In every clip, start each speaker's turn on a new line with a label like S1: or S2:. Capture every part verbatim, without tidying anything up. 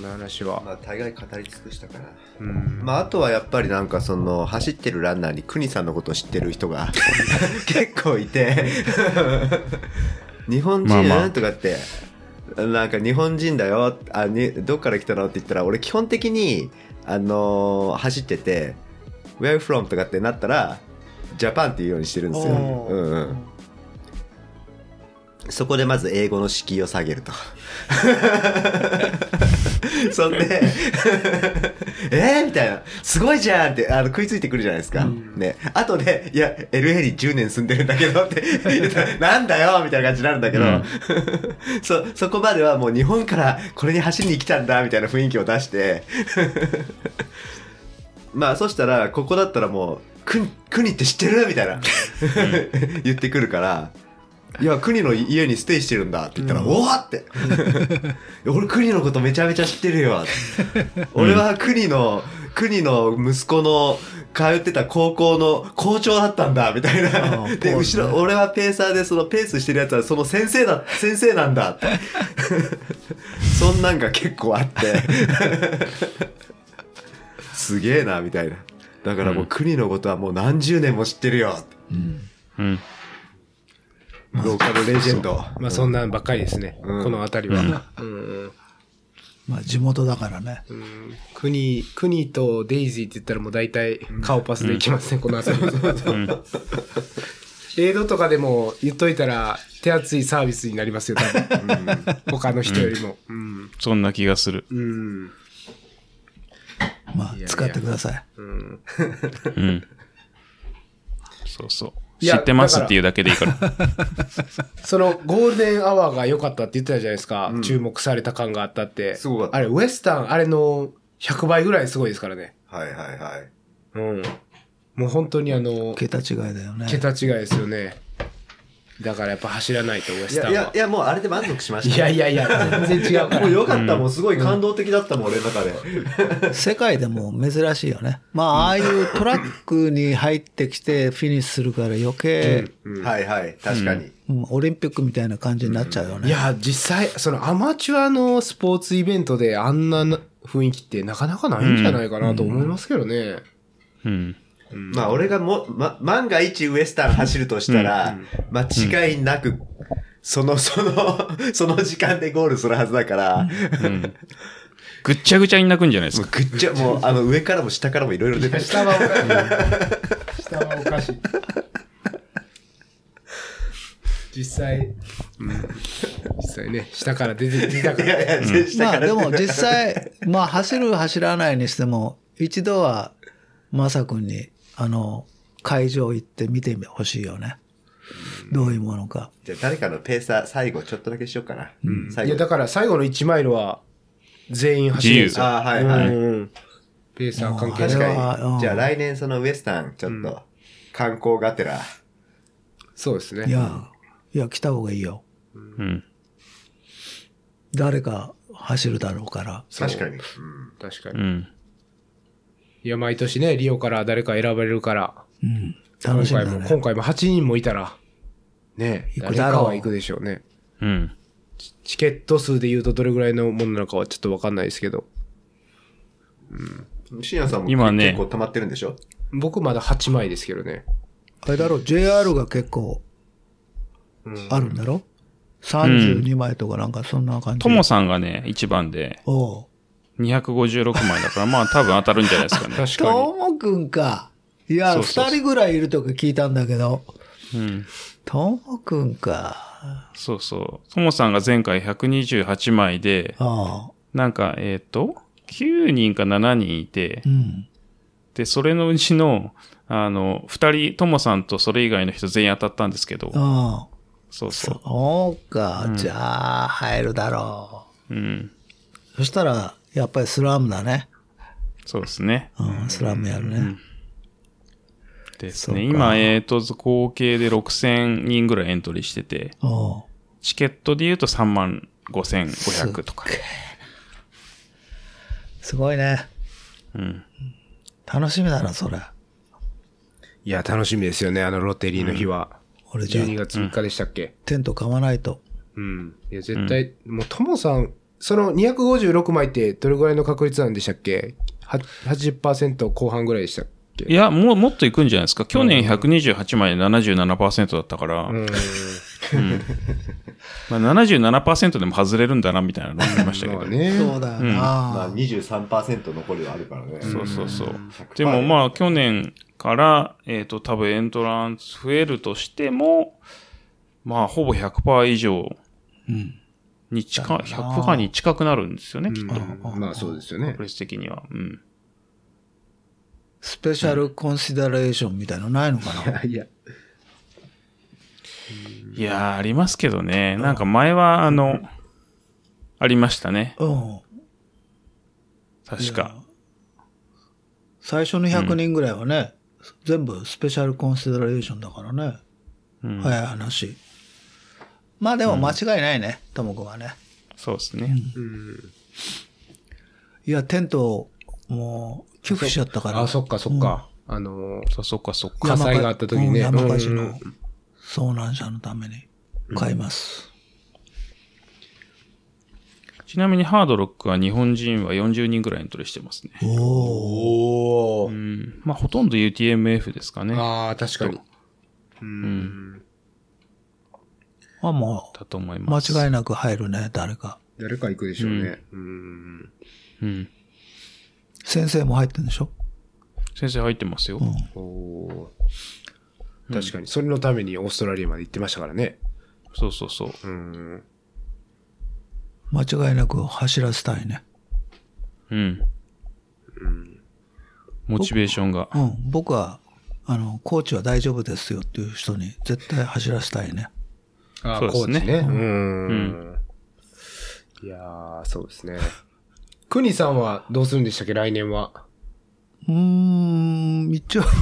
S1: の話は。
S2: まあ大概語り尽くしたから。
S1: うん。
S2: まああとはやっぱりなんかその走ってるランナーに国さんのことを知ってる人が結構いて日本人、まあまあ、とかってなんか日本人だよあにどっから来たのって言ったら俺基本的にあのー、走ってて Where from とかってなったらジャパンっていうようにしてるんですよ、うんうん、そこでまず英語の敷居を下げるとそんでえーみたいなすごいじゃんってあの食いついてくるじゃないですか、うん、ね、あとでいや エルエー にじゅうねん住んでるんだけどって言ったらなんだよみたいな感じになるんだけど、うん、そ, そこまではもう日本からこれに走りに来たんだみたいな雰囲気を出してまあそしたらここだったらもう国, 国って知ってるみたいな言ってくるからいや国の家にステイしてるんだって言ったら、うん、おーって俺国のことめちゃめちゃ知ってるよって俺は国の国の息子の通ってた高校の校長だったんだみたいなで後ろ俺はペーサーでそのペースしてるやつはその先生だ先生なんだってそんなんが結構あってすげえなみたいなだからもう国のことはもう何十年も知ってるよって、うんうんローカルレジェンド。
S1: まあそんなんばっかりですね。うん、この辺りは。うんうん、
S3: まあ地元だからね。
S1: うん、国、国とデイジーって言ったらもう大体顔パスでいきますね、うん、この辺り。うん、エイドとかでも言っといたら手厚いサービスになりますよ、多分。うん、他の人よりも、
S4: うんうん。そんな気がする。うん、
S3: まあ使ってください。
S4: うん。うん、そうそう。知ってますっていうだけでいいから。
S1: そのゴールデンアワーが良かったって言ってたじゃないですか。うん、注目された感があったって。すごかった。あれ、ウエスタン、あれのひゃくばいぐらいすごいですからね。
S2: はいはいはい。
S1: うん。もう本当にあの、
S3: 桁違いだよね。
S1: 桁違いですよね。だからやっぱ走らないとウエスタンは。
S2: いやいや、いやもうあれで満足しました、
S1: ね。いやいやいや、全然違うから。
S2: もう良かった、もうすごい感動的だったもん、うん、俺の中で。
S3: 世界でも珍しいよね。まあ、ああいうトラックに入ってきてフィニッシュするから余計、
S2: うんうん、はいはい、確かに、
S3: うん。オリンピックみたいな感じになっちゃうよね。
S1: いや、実際、そのアマチュアのスポーツイベントであんな雰囲気ってなかなかないんじゃないかなと思いますけどね。
S4: うん。うん
S2: うん、まあ俺がも、ま、万が一ウエスタン走るとしたら、うん、間違いなく、その、その、その時間でゴールするはずだから、うん、
S4: ぐっちゃぐちゃに泣くんじゃないですか。
S2: ぐっちゃ、もう、あの上からも下からもいろいろ出てる。
S1: 下はおかしい。下はおかしい。実際、うん、実際ね、下から出て、出たから。いやいや、
S3: 下から。まあでも実際、まあ走る走らないにしても、一度は、まさくんに、あの、会場行って見てほしいよね。どういうものか。
S2: じゃあ誰かのペーサー最後ちょっとだけしようかな。
S1: うん、最後いやだから最後のいちマイルは全員走るんですよ。
S2: ああ、はいはい。うん、
S1: ペーサー関係ない。
S2: 確かに。じゃあ来年そのウエスタンちょっと観光がてら、うん。
S1: そうですね。
S3: いや、いや来た方がいいよ。うん。誰か走るだろうから。
S2: 確かに。うん、
S1: 確かに。うん。いや、毎年ね、リオから誰か選ばれるから。
S3: うん。楽しみだね。
S1: 今回も、今回もはちにんもいたら、ね、誰かは行くでしょうね。
S4: うん。
S1: チケット数で言うとどれぐらいのものなのかはちょっとわかんないですけど。
S2: うん。深夜さんも今、ね、結構溜まってるんでしょ？
S1: 僕まだはちまいですけどね。
S3: あれだろ、ジェイアール が結構、あるんだろ、うん、さんじゅうにまいとかなんかそんな感じ。
S4: トモさんがね、いちばんで。おう。にひゃくごじゅうろくまいだから、まあ多分当たるんじゃないですかね。
S1: 確かに。
S3: ともくんか。いや、二人ぐらいいるとか聞いたんだけど。うん。ともくんか。
S4: そうそう。ともさんが前回ひゃくにじゅうはちまいで、ああなんか、えっと、きゅうにんかななにんいて、うん、で、それのうちの、あの、二人、ともさんとそれ以外の人全員当たったんですけど。ああそうそう。
S3: そうか。うん、じゃあ、入るだろう。うん。そしたら、やっぱりスラムだね。
S4: そうですね。
S3: うん、スラムやるね。うん
S4: ですね。今、えっと、合計でろくせんにんぐらいエントリーしてて、チケットで言うとさんまんごせんごひゃくとか。
S3: すごいね。うん。楽しみだな、それ。
S1: いや、楽しみですよね、あのロッテリーの日は。うん、俺じゃあじゅうにがつみっかでしたっけ、うん、
S3: テント買わないと。
S1: うん。いや、絶対、うん、もう、ともさん、 そのにひゃくごじゅうろくまいってどれぐらいの確率なんでしたっけ？ はちじゅっパーセント 後半ぐらいでしたっけ？
S4: いや、もう、もっといくんじゃないですか。去年ひゃくにじゅうはちまいで ななじゅうななパーセント だったから、うんうんまあ、ななじゅうななパーセント でも外れるんだなみたいなのありましたけどね。
S3: そうだよな、うん
S2: まあ、にじゅうさんパーセント 残りはあるからね。
S4: そうそうそう。でもまあ去年から、えっと多分エントランス増えるとしても、まあほぼ ひゃくパーセント 以上に近、うん、ひゃくパーセント に近くなるんですよね、きっと。
S1: うん、まあそうですよね。
S4: 確率的には。うん。
S3: スペシャルコンシダレーションみたいなのないのかな？
S1: いや。
S4: いやー、ありますけどね。なんか前は、あの、ありましたね。
S3: うん。
S4: 確か。
S3: 最初のひゃくにんぐらいはね、うん、全部スペシャルコンシダレーションだからね。うん、早い話。まあでも間違いないね、ともくんはね。
S4: そうですね。うん、
S3: いや、テント、もう、寄付しちゃったから。
S1: あ、そっかそっか。うん、あの
S4: ー、そっかそっか。
S1: 火災があった時にね。
S3: 山火事の遭難者のために買います。
S4: うん、ちなみにハードロックは日本人はよんじゅうにんぐらいエントリーしてますね。
S1: おー。
S4: うん。まあほとんど ユーティーエムエフ ですかね。
S1: ああ、確かに。
S3: うん。まあもう、
S4: だと思います。
S3: 間違いなく入るね、誰か。
S1: 誰か行くでしょうね。うん。
S4: うん。
S3: 先生も入ってるんでしょ？
S4: 先生入ってますよ。うん、
S1: お確かに、それのためにオーストラリアまで行ってましたからね。
S4: そうそうそう。
S1: うん、
S3: 間違いなく走らせたいね。
S4: うん。うん、モチベーションが。
S3: うん。僕は、あの、コーチは大丈夫ですよっていう人に絶対走らせたいね。
S1: ああ、そうですね。コーチね。うん。うん、いやー、そうですね。クニさんはどうするんでしたっけ、来年は。
S3: うーん、一応。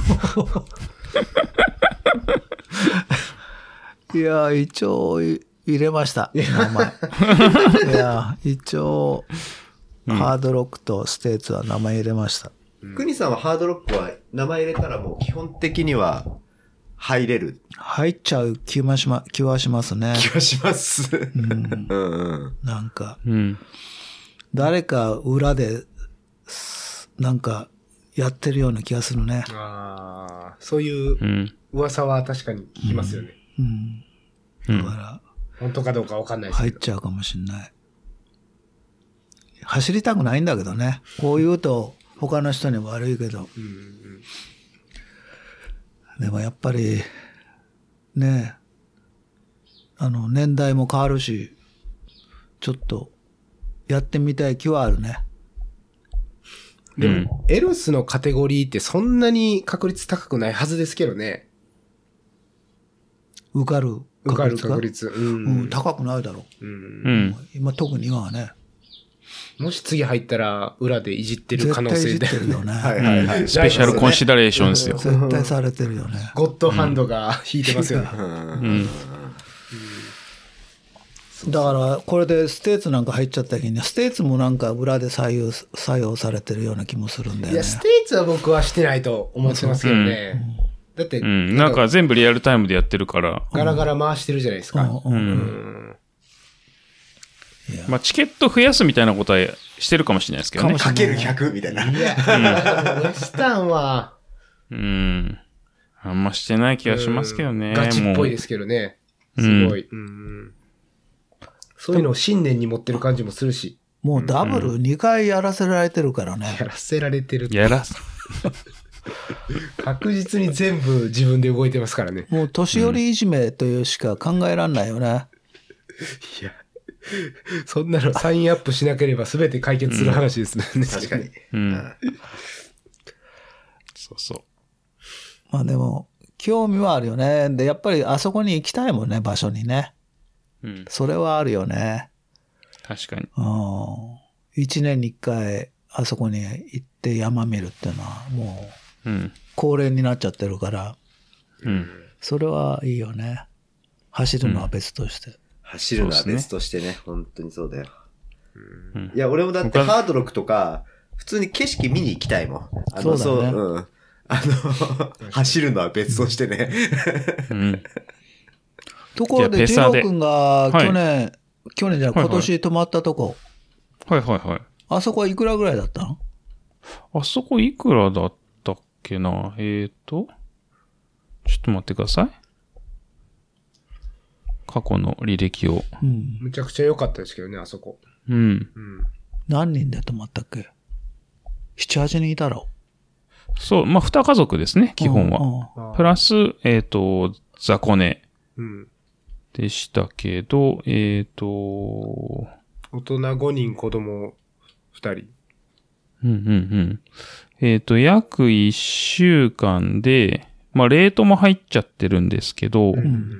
S3: いや、一応入れました。名前。いや、一応、うん、ハードロックとステーツは名前入れました。
S2: クニさんはハードロックは名前入れたらもう基本的には入れる。
S3: 入っちゃう気はしま、気はしますね。
S2: 気はします。うん。うんうん、
S3: なんか、
S4: うん、
S3: 誰か裏で、なんか、やってるような気がするね。
S1: ああ、そういう噂は確かに聞きますよね。
S3: うん。うん、だから、
S1: 本当かどうかわかんないです
S3: けど。入っちゃうかもしれない。走りたくないんだけどね。こう言うと他の人にも悪いけど。うんうん、でもやっぱり、ねえ、あの、年代も変わるし、ちょっと、やってみたい気はあるね。
S1: でも、うん、エロスのカテゴリーってそんなに確率高くないはずですけどね。
S3: 受かる
S1: 確率。受かる確率。うん。
S3: うん、高くないだろう。うん。今特に今はね。
S1: もし次入ったら裏でいじってる可能性
S3: で。絶対いじってるよね。
S2: はいはいはい。
S4: スペシャルコンシダレーションですよ。
S3: 絶対されてるよね。
S1: ゴッドハンドが引いてますよね。うん。
S3: だから、これでステーツなんか入っちゃった時に、ステーツもなんか裏で採用、採用されてるような気もするんだよね。
S1: いや、ステーツは僕はしてないと思ってますけどね。うん、だって、
S4: うん、なんか全部リアルタイムでやってるから。
S1: ガラガラ回してるじゃないですか。うん。うん、
S4: まあ、チケット増やすみたいなことはしてるかもしれないですけどね。
S2: かけるひゃくみたいな。いや、
S1: うん、ウエスタンは。
S4: うん。あんましてない気がしますけどね。
S1: ガチっぽいですけどね。すごい。うんうんそういうのを信念に持ってる感じもするし。
S3: もうダブルにかいやらせられてるからね。
S1: やらせられてる。
S4: やらせ。
S1: 確実に全部自分で動いてますからね。
S3: もう年寄りいじめというしか考えらんないよね。うん、い
S1: や、そんなのサインアップしなければ全て解決する話ですね。
S2: うん、確かに。うん。
S4: そうそう。
S3: まあでも、興味はあるよね。で、やっぱりあそこに行きたいもんね、場所にね。うん、それはあるよね。
S4: 確かに。
S3: うん。一年に一回あそこに行って山見るっていうのはもう恒例になっちゃってるから、うん、それはいいよね。走るのは別として。うん、
S2: 走るのは別としてね、本当にそうだよ。うん、いや、俺もだってハードロックとか普通に景色見に行きたいもん。あの
S3: そうだね。
S2: そう、うん。あの走るのは別としてね。うん
S3: ところで、ジロー君が去年、はい、去年じゃない、今年泊まったとこ、
S4: はいはいはい。
S3: あそこはいくらぐらいだったの？
S4: あそこいくらだったっけな。えーと、ちょっと待ってください。過去の履歴を。
S3: うん。
S1: むちゃくちゃ良かったですけどね、あそこ。
S4: うん。
S1: うん。
S3: 何人で泊まったっけ？七八人いたろ。
S4: そう、まあ、二家族ですね、基本は。プラス、えっと、雑魚寝。
S1: うん。
S4: でしたけど、えっと、
S1: 大人ごにん、子供ふたり。
S4: うんうんうん。えっと、約いっしゅうかんで、まあ、レートも入っちゃってるんですけど、うん、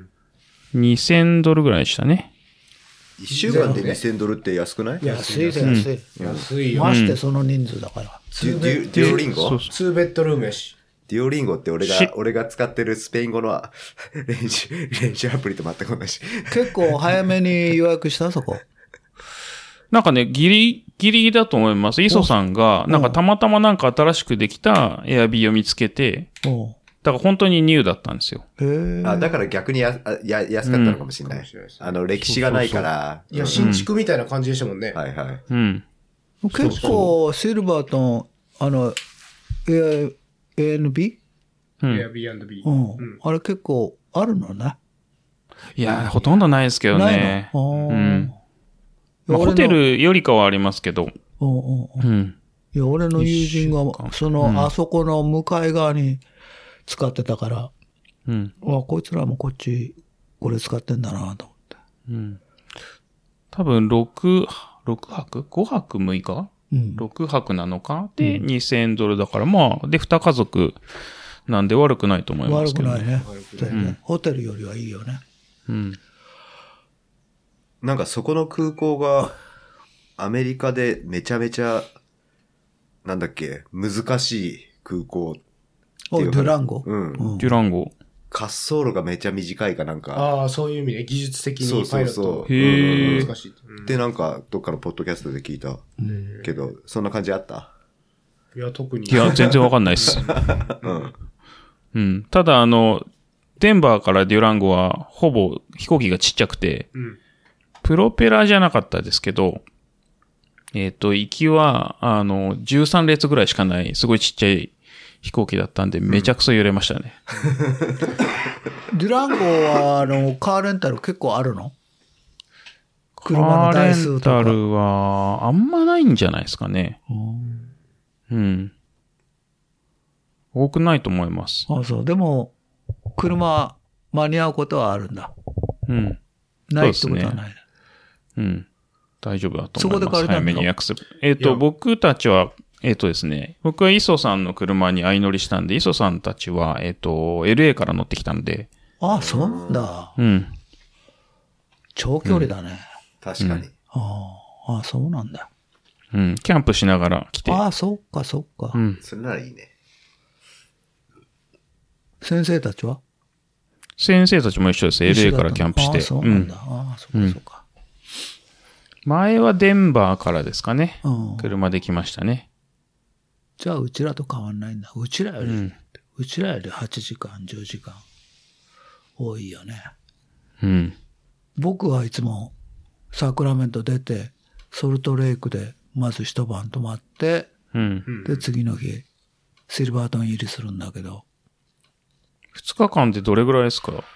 S4: にせんドルぐらいでしたね。
S2: いっしゅうかんでにせんドルって安くない？
S3: 安いで安い。
S1: うん、安いよ。
S3: ましてその人数だから。
S2: デュ、デュ、デュオリンゴ？
S1: ツーベッドルームやし。
S2: デュオリンゴって俺が、俺が使ってるスペイン語の練習、練習アプリと全く同じ。
S3: 結構早めに予約したそこ。
S4: なんかね、ギリ、ギリだと思います。磯さんが、なんかたまたまなんか新しくできたエアビーを見つけて、だから本当にニューだったんですよ。
S2: へあ、だから逆にやや安かったのかもしれない。うん、あの、歴史がないから。
S1: いや、新築みたいな感じでしたもんね。
S2: うん、はいはい。
S4: うん。
S3: 結構、シルバーと、あの、エーエヌビ
S1: ー? エアビーアンドビー。
S3: うん。あれ結構あるのね。
S4: いや、ほとんどないですけどね。うん。まあ、ホテルよりかはありますけど。
S3: うんうんうん。いや、俺の友人が、その、うん、あそこの向かい側に使ってたから、うん。あ、こいつらもこっち、これ使ってんだなと思って。
S4: うん。多分、6、6泊 ?ご 泊むいかうん。ろくはくなのかで、うん、にせんドルだから、まあ、で、に家族なんで悪くないと思いますけど、ね。
S3: 悪くないね。うん、ホテルよりはいいよね。
S4: うん。
S2: なんかそこの空港がアメリカでめちゃめちゃなんだっけ難しい空港っていうか。
S3: デュランゴ。
S2: うん。
S4: うん、デュランゴ。
S2: 滑走路がめちゃ短いかなんか。
S1: ああ、そういう意味で技術的にパイロット。そうそうそう。
S4: へー。
S1: 難しい。
S2: うん、で、なんかどっかのポッドキャストで聞いたけど、そんな感じあった？
S1: いや、特に。
S4: いや、全然わかんないっす。うん。うん。ただ、あの、デンバーからデュランゴはほぼ飛行機がちっちゃくて、うん、プロペラじゃなかったですけど、えっと、行きは、あの、じゅうさん列ぐらいしかない、すごいちっちゃい飛行機だったんで、めちゃくそ揺れましたね。
S3: うん、デュランゴは、あの、カーレンタル結構あるの？車の台数とか。
S4: カーレンタルは、あんまないんじゃないですかね。うん。多くないと思います。
S3: あ、そう。でも、車間に合うことはあるんだ。
S4: うん。
S3: ないってことはない。
S4: う, ね、うん。大丈夫だと思います。
S3: そこで借りたの？
S4: 早めに予約する。えっ、ー、と、僕たちは、えっ、ー、とですね、僕は磯さんの車に相乗りしたんで、磯さんたちは、えっ、ー、と、エルエー から乗ってきたんで。
S3: ああ、そうなんだ。
S4: うん。
S3: 長距離だね。
S2: うん、確かに。
S3: ああ、ああ、そうなんだ。
S4: うん。キャンプしながら来て。
S3: ああ、そっか、そっか。
S4: うん。
S2: それならいいね。
S3: 先生たちは？
S4: 先生たちも一緒です。エルエー からキャンプして。
S3: ああ、そうなんだ。うん、ああ、そっか、そっか。
S4: 前はデンバーからですかね。うん、車で来ましたね。
S3: じゃあ、うちらと変わんないんだ。うちらより、うん、うちらよりはちじかん、じゅうじかん多いよね。
S4: うん。
S3: 僕はいつもサクラメント出て、ソルトレイクでまず一晩泊まって、
S4: うん、
S3: で、次の日、シルバートン入りするんだけど。
S4: 二日間でどれぐらいですか？
S3: ん？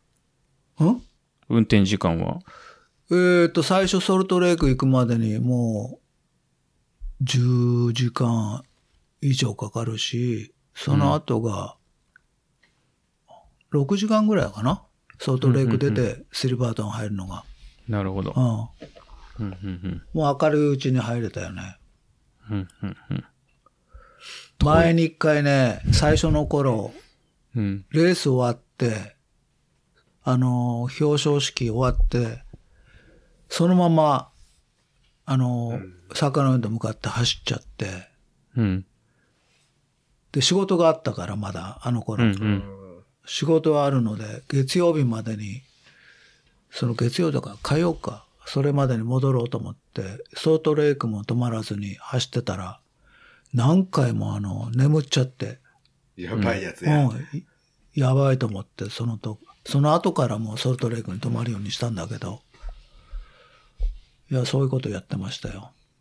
S4: 運転時間は？
S3: えーと、最初ソルトレイク行くまでにもうじゅうじかん以上かかるし、その後がろくじかんぐらいかな。ソルトレイク出てシルバートン入るのが。
S4: なるほど。
S3: うん。うんうんうん、もう明るいうちに入れたよね。
S4: うんうんうん、
S3: 前に一回ね、最初の頃、
S4: うん、
S3: レース終わって、あの、表彰式終わって、そのまま、あの、サクラメント向かって走っちゃって、
S4: うん、
S3: で、仕事があったからまだ、あの頃。
S4: うんうん、
S3: 仕事はあるので、月曜日までに、その月曜とか火曜か、それまでに戻ろうと思って、ソルトレイクも止まらずに走ってたら、何回もあの、眠っちゃって、
S2: やばいやつや。
S3: うん、やばいと思って、そのと、その後からもうソルトレイクに泊まるようにしたんだけど、いや、そういうことやってましたよ。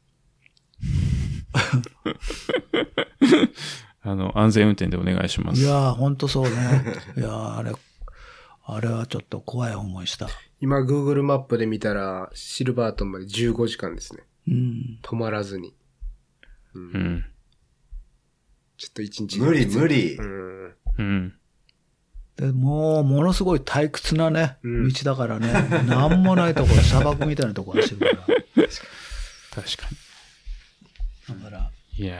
S4: あの、安全運転でお願いします。
S3: いやー、ほんとそうね。いやー、あれ、あれはちょっと怖い思いした。
S1: 今、Google マップで見たら、シルバートンまでじゅうごじかんですね。
S3: うん。
S1: 止まらずに。
S4: うん。うん、
S1: ちょっと一日。
S2: 無理無理。
S1: うん。
S4: うん。
S3: でもう、ものすごい退屈なね、
S1: うん、
S3: 道だからね。なんもないところ、砂漠みたいなところ走るから。確か
S4: に。
S3: だから。
S4: いや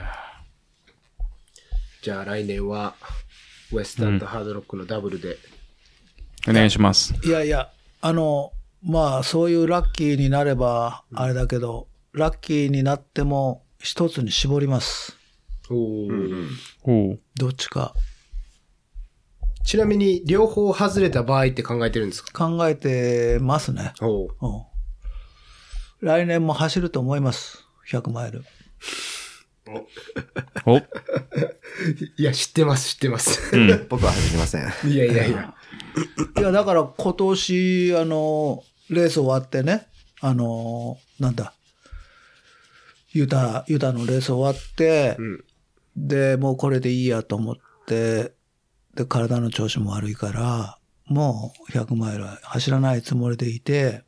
S1: じゃあ来年は、ウエスタンとハードロックのダブルで。
S4: うん、お願いします。
S3: いやいや、あの、まあ、そういうラッキーになれば、あれだけど、うん、ラッキーになっても、一つに絞ります。
S1: おー。
S4: おー。
S3: どっちか。
S1: ちなみに、両方外れた場合って考えてるんですか？
S3: 考えてますね。
S1: おう。
S3: おう。来年も走ると思います。ひゃくマイル。
S4: お。お。
S1: いや、知ってます、知ってます。
S2: うん、僕は走りません。
S1: いやいやいや。
S3: いや、だから今年、あの、レース終わってね、あの、なんだ、ユタ、ユタのレース終わって、うん、で、もうこれでいいやと思って、で、体の調子も悪いから、もうひゃくマイル走らないつもりでいて、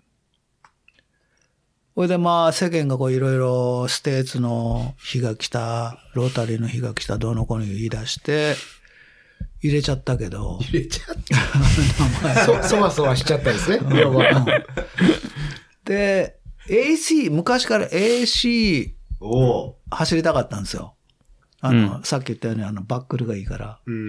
S3: それでまあ世間がこういろいろステーツの日が来た、ロータリーの日が来た、どうのこうの言い出して、入れちゃったけど。
S1: 入れちゃったそ、そわそわしちゃったんですね、要は。うん、
S3: で、エーシー、昔から エーシー を走りたかったんですよ。あの、うん、さっき言ったようにあのバックルがいいから。うん、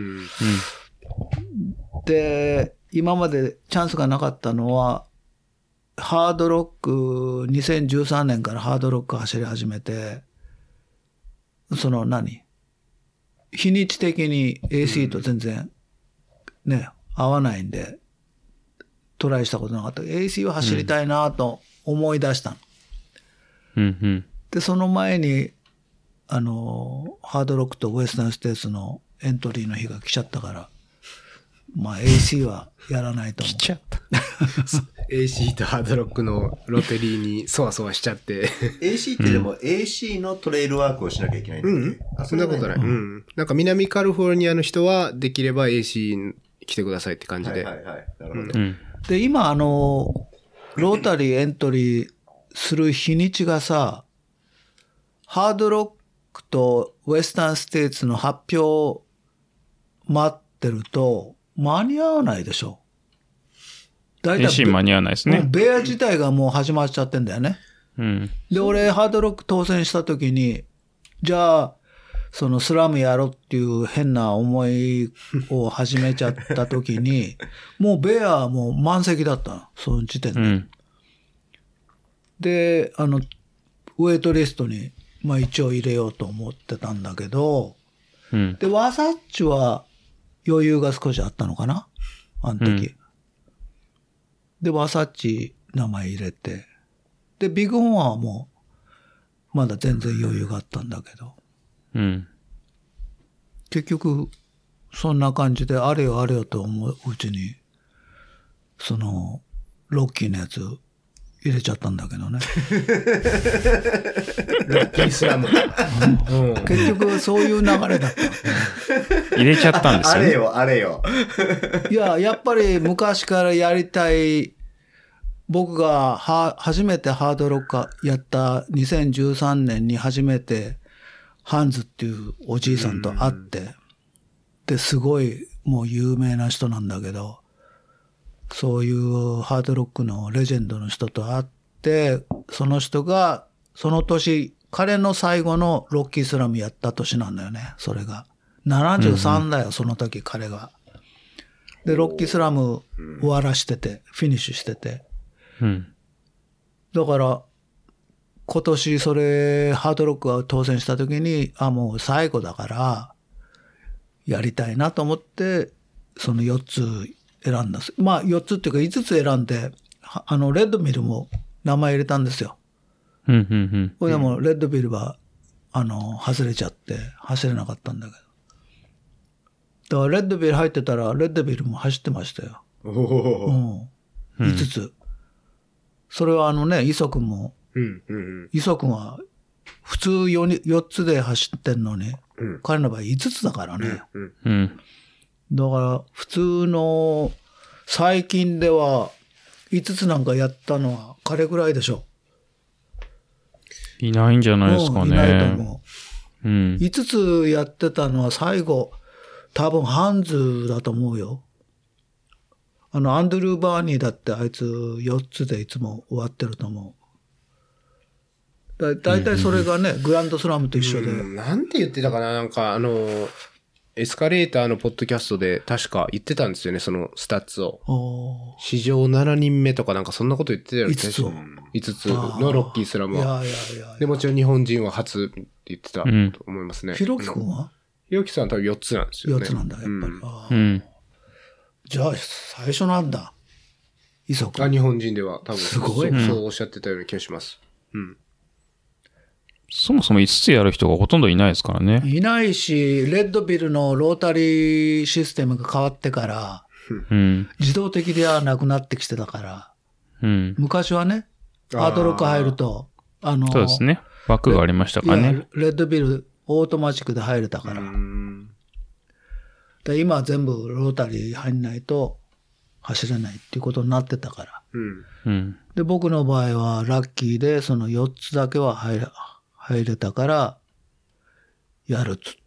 S3: で、今までチャンスがなかったのは、ハードロック、にせんじゅうさんねんからハードロック走り始めて、その何日にち的に エーシー と全然ね、合わないんで、トライしたことなかった。エーシー を走りたいなと思い出したの。
S4: うんうん、
S3: で、その前に、あの、ハードロックとウエスタンステーツのエントリーの日が来ちゃったから、まあ エーシー はやらないと思う。
S4: 来ちゃった。
S1: エーシー とハードロックのロテリーにそわそわしちゃって。
S2: エーシー ってでも エーシー のトレイルワークをしなきゃいけないんだっけ、うん、
S1: あ、そんなことない。うん。なんか南カリフォルニアの人はできれば エーシー 来てくださいって感じで。
S2: はいはいはい。なるほど。
S1: うん、
S3: で、今あの、ロータリーエントリーする日にちがさ、ハードロックとウエスタンステーツの発表待ってると間に合わないでしょ。
S4: だいたい エーシー 間に合わないですね。
S3: ベア自体がもう始まっちゃってんだよね。
S4: うん。
S3: で、俺ハードロック当選した時に、じゃあ、そのスラムやろっていう変な思いを始めちゃった時に、もうベアはもう満席だったの。その時点で。うん、で、あの、ウェイトリストに、まあ一応入れようと思ってたんだけど、うん、で、ワサッチは余裕が少しあったのかなあの時。うん、で、ワサッチ名前入れて、で、ビッグホーンはもう、まだ全然余裕があったんだけど、
S4: うん、
S3: 結局、そんな感じであれよあれよと思ううちに、その、ロッキーのやつ入れちゃったんだけどね。
S1: ロッキースラム。
S3: うん、結局そういう流れだった。
S4: 入れちゃったんですよ、ね。
S2: あれよ、あれよ。
S3: いや、やっぱり昔からやりたい、僕がは初めてハードロックやったにせんじゅうさんねんに初めてハンズっていうおじいさんと会って、で、すごいもう有名な人なんだけど、そういうハードロックのレジェンドの人と会って、その人がその年、彼の最後のロッキースラムやった年なんだよね、それが。ななじゅうさんだよ、うん、その時彼が。で、ロッキースラム終わらしてて、フィニッシュしてて。
S4: うん、
S3: だから、今年それ、ハードロックが当選した時に、あ、もう最後だから、やりたいなと思って、そのよっつ選んだんです。まあよっつっていうかいつつ選んで、あの、レッドビルも名前入れたんですよ。
S4: うんうんうん。
S3: これでもレッドビルは、あの、外れちゃって走れなかったんだけど。だからレッドビル入ってたら、レッドビルも走ってましたよ。
S2: お
S3: うん。いつつ。それはあのね、磯君も、
S1: うんうんうん、
S3: 磯君は普通 4, 4つで走ってんのに、うん、彼の場合いつつだからね。
S4: うんうん、
S3: だから普通の最近ではいつつなんかやったのは彼ぐらいでしょ。
S4: いないんじゃないですかね。いないと思う。うん、
S3: いつつやってたのは最後、多分ハンズだと思うよ。あの、アンドルー・バーニーだってあいつよっつでいつも終わってると思う。だ、だいたいそれがね、うんうん、グランドスラムと一緒で、
S1: うん。なんて言ってたかな、なんかあの、エスカレーターのポッドキャストで確か言ってたんですよね、そのスタッツを。史上ななにんめとかなんかそんなこと言ってたよね。いつつを。いつつのロッキースラムは。いやいやいやいやで、もちろん日本人は初って言ってたと思いますね。
S3: ひろきくんは
S1: ひろきさんは多分よっつなんですよね。
S3: よっつなんだ、やっぱり。
S4: うん。
S3: じゃあ、最初なんだ。磯君。
S1: あ、日本人では多分
S3: すごい、
S1: そう、そうおっしゃってたような気がします。うん。
S4: そもそもいつつやる人がほとんどいないですからね。
S3: いないし、レッドビルのロータリーシステムが変わってから、
S4: うん、
S3: 自動的ではなくなってきてたから、
S4: うん、
S3: 昔はね、ハードロック入ると、あの、
S4: そうですね。枠がありましたからね。
S3: レッドビルオートマチックで入れたから。うんで今は全部ロータリー入んないと走れないっていうことになってたから。
S4: うん、
S3: で、僕の場合はラッキーでそのよっつだけは入れ、入れたから、やるつ。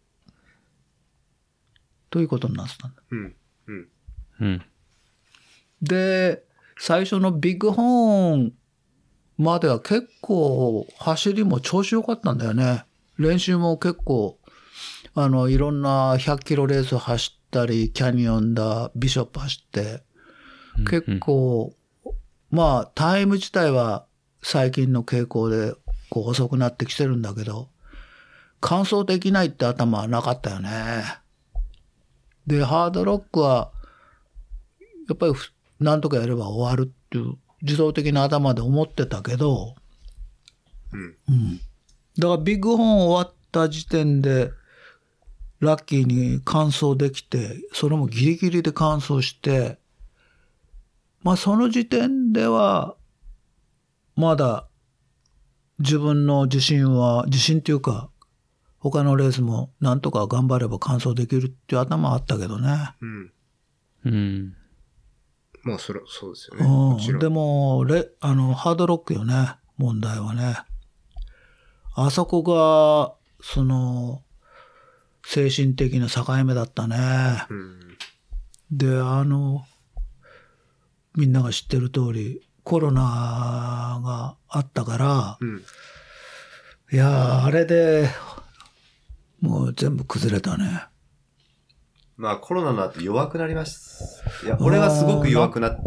S3: ということになってたんだ。
S1: うんうん
S4: うん、
S3: で、最初のビッグホーンまでは結構走りも調子良かったんだよね。練習も結構、あの、いろんなひゃっキロレース走ったり、キャニオンだ、ビショップ走って、結構、うんうん、まあ、タイム自体は最近の傾向でこう遅くなってきてるんだけど、完走できないって頭はなかったよね。で、ハードロックは、やっぱりなんとかやれば終わるっていう自動的な頭で思ってたけど、
S1: うん。
S3: うん。だからビッグホーン終わった時点で、ラッキーに完走できて、それもギリギリで完走して、まあその時点では、まだ自分の自信は、自信っていうか、他のレースもなんとか頑張れば完走できるっていう頭あったけどね。
S1: うん。
S4: うん。
S1: まあそれ、そうですよね。もちろん。
S3: でも、レ、あの、ハードロックよね、問題はね。あそこが、その、精神的な境目だったね。
S1: うん、
S3: で、あの、みんなが知ってる通り、コロナがあったから、
S1: うん、
S3: いやー、あれで、もう全部崩れたね。
S2: まあコロナの後弱くなります。いや、俺はすごく弱くなって、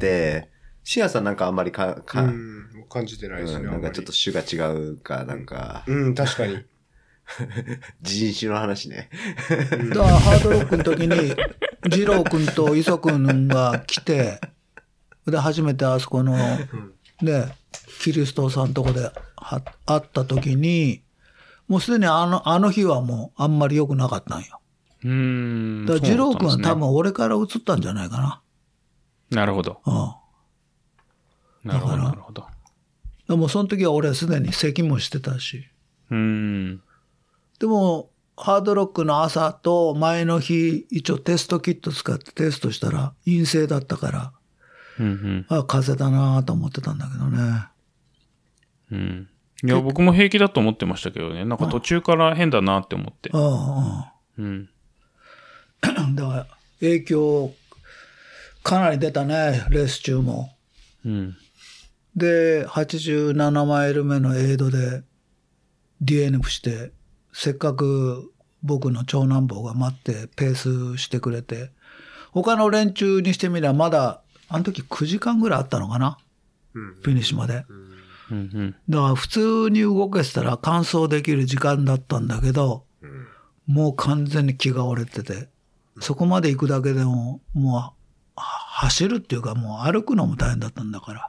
S2: シアさんなんかあんまりか、か、
S1: うん、感じてないですね、
S2: うん。なんかちょっと種が違うか、なんか。
S1: うん、確かに。
S2: 人種の話ね。
S3: だからハードロックの時に、二郎君と磯君が来て、で、初めてあそこの、ね、キリストさんとこで会った時に、もうすでにあの、あの日はもうあんまり良くなかったんよ。
S4: うーん。
S3: だから二郎君は多分俺から移ったんじゃないかな。
S4: なるほど。
S3: うん。
S4: なるほど、なるほど。
S3: でもその時は俺はすでに咳もしてたし。
S4: うーん。
S3: でも、ハードロックの朝と前の日、一応テストキット使ってテストしたら陰性だったから、
S4: うんうん、
S3: あ、風邪だなと思ってたんだけどね。
S4: うん。いや、僕も平気だと思ってましたけどね。なんか途中から変だなって思って。
S3: ああ、ああ。
S4: うん。
S3: だから、影響、かなり出たね、レース中も。
S4: うん。
S3: で、はちじゅうななマイル目のエイドで ディーエヌエフ して、せっかく僕の長男坊が待ってペースしてくれて、他の連中にしてみればまだ、あの時くじかんぐらいあったのかな、うん、フィニッシュまで、
S4: うんうん。
S3: だから普通に動けてたら完走できる時間だったんだけど、うん、もう完全に気が折れてて、そこまで行くだけでも、もう走るっていうかもう歩くのも大変だったんだから。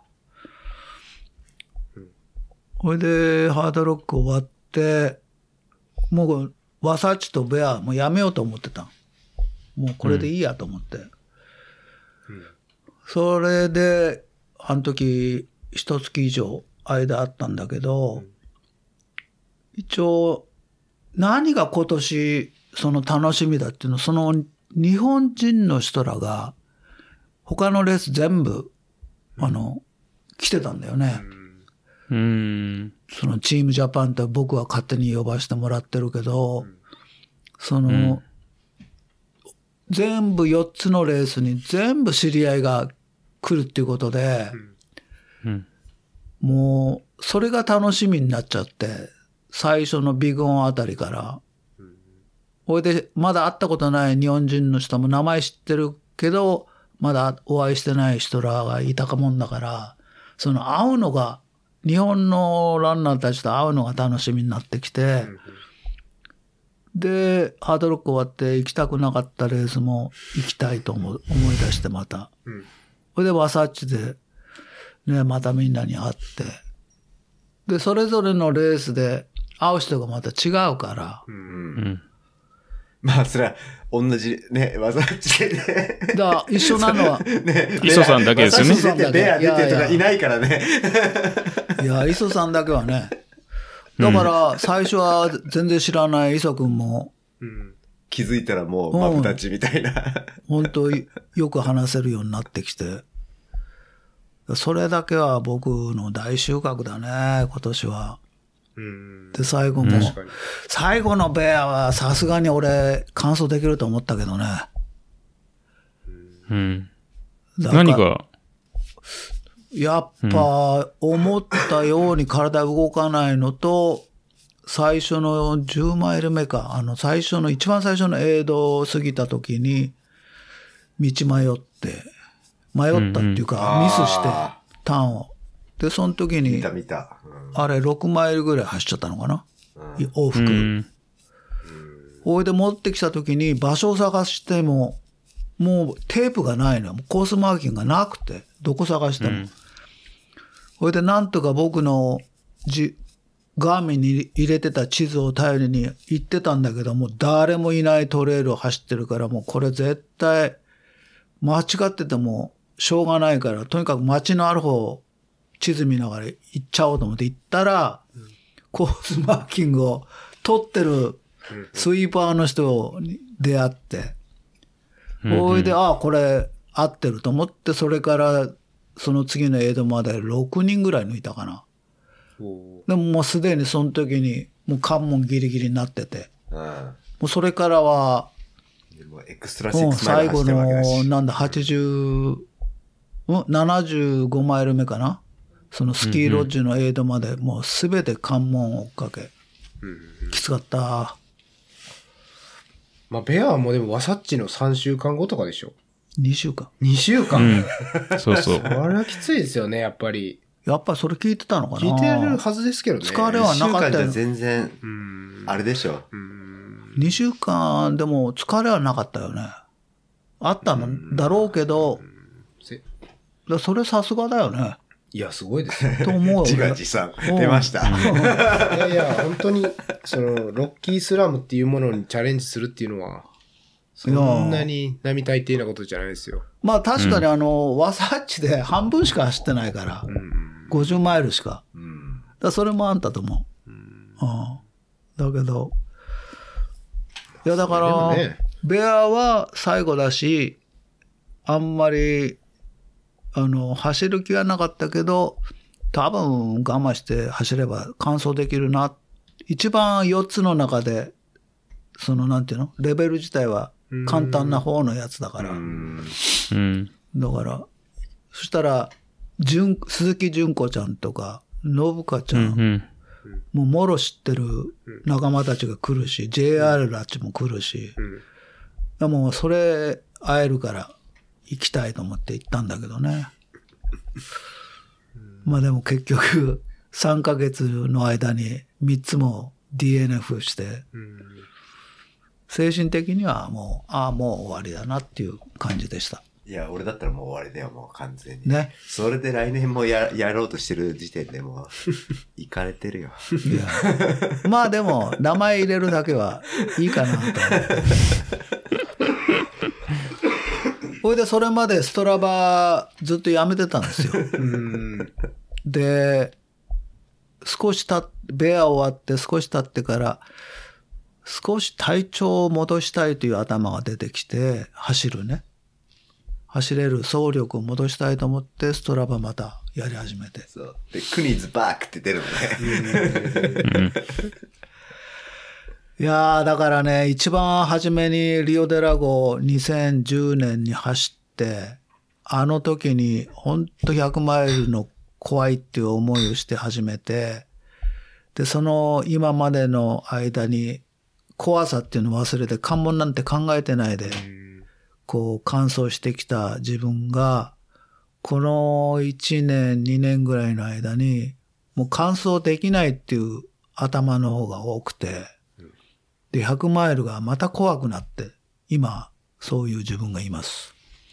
S3: それでハードロック終わって、もうワサチとベアもうやめようと思ってた。もうこれでいいやと思って。うんうん、それで、あの時一月以上間あったんだけど、うん、 一応、何が今年、その楽しみだっていうの、その日本人の人らが、他のレース全部、あの、来てたんだよね。
S4: うん。
S3: そのチームジャパンって僕は勝手に呼ばせてもらってるけど、その、うん、全部よっつのレースに全部知り合いが来るっていうことで、
S4: うん、
S3: もう、それが楽しみになっちゃって、最初のビッグオンあたりから、ほいで、まだ会ったことない日本人の人も名前知ってるけど、まだお会いしてない人らがいたかもんだから、その会うのが、日本のランナーたちと会うのが楽しみになってきて、で、ハードロック終わって行きたくなかったレースも行きたいと思, 思い出してまた。それでワサッチで、ね、またみんなに会って、で、それぞれのレースで会う人がまた違うから、
S2: うんうんまあ、それは、同じね、わざっちでね。
S3: だから、一緒なのは。
S4: ね、磯さんだけですよね。
S2: わざっち出て、ベア出てとかいないからね。
S3: いや、磯さんだけはね。だから、最初は全然知らない磯くんも。
S2: うん、気づいたらもう、マブダチみたいな。
S3: 本当よく話せるようになってきて。それだけは僕の大収穫だね、今年は。で、最後も、最後のベアはさすがに俺、完走できると思ったけどね。
S4: うん。何が
S3: やっぱ、思ったように体動かないのと、最初のじゅうマイル目か、あの、最初の、一番最初のエイドを過ぎた時に、道迷って、迷ったっていうか、ミスして、ターンを。で、その時に、
S2: 見た見た。
S3: うん、あれ、ろくマイルぐらい走っちゃったのかな、うん、往復。うん。ほいで持ってきた時に場所を探しても、もうテープがないのよ。コースマーキングがなくて、どこ探しても。うん、ほいで、なんとか僕のじ、ガーミンに入れてた地図を頼りに行ってたんだけども、誰もいないトレイルを走ってるから、もうこれ絶対、間違っててもしょうがないから、とにかく街のある方、地図見ながら行っちゃおうと思って行ったら、うん、コースマーキングを取ってるスイーパーの人に出会って、うん、ほいで、ああ、これ合ってると思って、それからその次のエイドまでろくにんぐらい抜いたかな。でももうすでにその時にもう関門ギリギリになってて、うん、もうそれからは、
S2: エクストラシックスマイル走ってるわけだし、
S3: 最後の、なんだ、はちじゅう、うん、ななじゅうごマイル目かな。そのスキーロッジのエイドまでもうすべて関門を追っかけ、うんうん、きつかった。
S1: まあ、ベアはもうでもワサッチのさんしゅうかんごとかでしょ。
S3: にしゅうかん。
S1: にしゅうかん、
S4: うん、そうそう。
S1: それはきついですよね、やっぱり。
S3: やっぱそれ聞いてたのかな。
S1: 聞いてるはずですけどね。
S3: 疲れはなかったよ。
S2: にしゅうかんじゃ全然、あれでしょ。
S3: にしゅうかんでも疲れはなかったよね。あったんだろうけど、それさすがだよね。
S1: いや、すごいですね。
S3: と思う。
S2: 自画自賛。出ました。
S1: いやいや、本当に、その、ロッキースラムっていうものにチャレンジするっていうのは、そんなに並大抵なことじゃないですよ。
S3: まあ確かにあの、うん、ワサッチで半分しか走ってないから、うん、ごじゅうマイルしか。うん、だそれもあんたと思う。うんうん、だけど、いやだから、ね、ベアは最後だし、あんまり、あの、走る気はなかったけど、多分我慢して走れば完走できるな。一番よっつの中で、そのなんていうのレベル自体は簡単な方のやつだから。うんだから、そしたら、純鈴木純子ちゃんとか、信香ちゃん、うんうん、もうもろ知ってる仲間たちが来るし、ジェイアール らっちも来るし、でもそれ会えるから行きたいと思って行ったんだけどね。まあでも結局さんかげつの間にみっつも ディーエヌエフ して、精神的にはもう、ああ、もう終わりだなっていう感じでした。
S2: いや、俺だったらもう終わりだよ、もう完全に。ね。それで来年もや、やろうとしてる時点でもう、行かれてるよ。いや。
S3: まあでも、名前入れるだけはいいかなと思って。ほいで、それまでストラバずっとやめてたんですよ。うんで、 少し経って、ベア終わって少し経ってから、少し体調を戻したいという頭が出てきて、走るね。走れる走力を戻したいと思って、ストラバまたやり始めて。
S2: そう。で、クニーズバックって出るのね。
S3: いやー、だからね、一番初めにリオデラゴにせんじゅうねんに走って、あの時にほんとひゃくマイルの怖いっていう思いをして始めて、で、その今までの間に怖さっていうのを忘れて関門なんて考えてないで、こう完走してきた自分が、このいちねん、にねんぐらいの間に、もう完走できないっていう頭の方が多くて、で、ひゃくマイルがまた怖くなって、今、そういう自分がいます。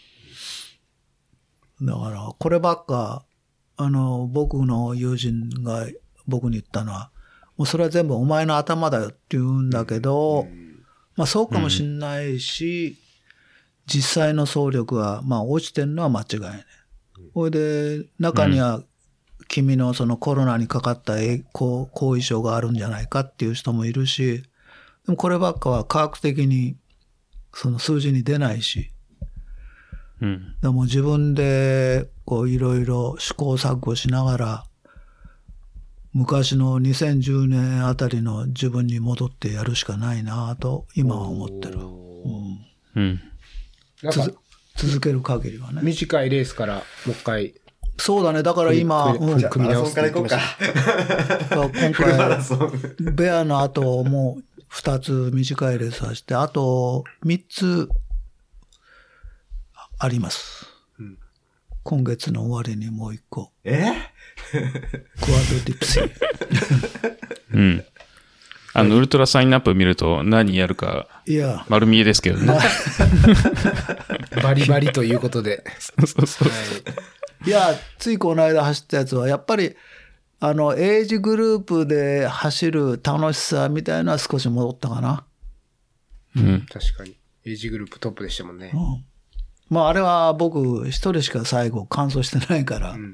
S3: だから、こればっか、あの、僕の友人が僕に言ったのは、もうそれは全部お前の頭だよって言うんだけど、うん、まあそうかもしんないし、うん、実際の走力は、まあ落ちてるのは間違いない。それで、中には、君のそのコロナにかかった後遺症があるんじゃないかっていう人もいるし、でもこればっかは科学的にその数字に出ないし、うん、でも自分でこういろいろ試行錯誤しながら、昔のにせんじゅうねんあたりの自分に戻ってやるしかないなと今は思ってる。うんうん、なんか続ける限りはね。
S1: 短いレースからもう一回。
S3: そうだね。だから今、
S2: うん、組み合わせから行こうか。
S3: 今回、ベアの後もう二つ短いレース走って、あと三つあります。うん、今月の終わりにもう一個。
S2: え
S3: クワッドディプシー。
S4: うん。あの、ウルトラサインアップ見ると何やるか、丸見えですけどね。
S1: バリバリということで。
S4: そうそうそう。はい
S3: いや、ついこの間走ったやつは、やっぱり、あの、エイジグループで走る楽しさみたいなのは少し戻ったかな。
S1: うん。確かに。エイジグループトップでしたもんね。うん。
S3: まあ、あれは僕一人しか最後完走してないから、うんうんうん、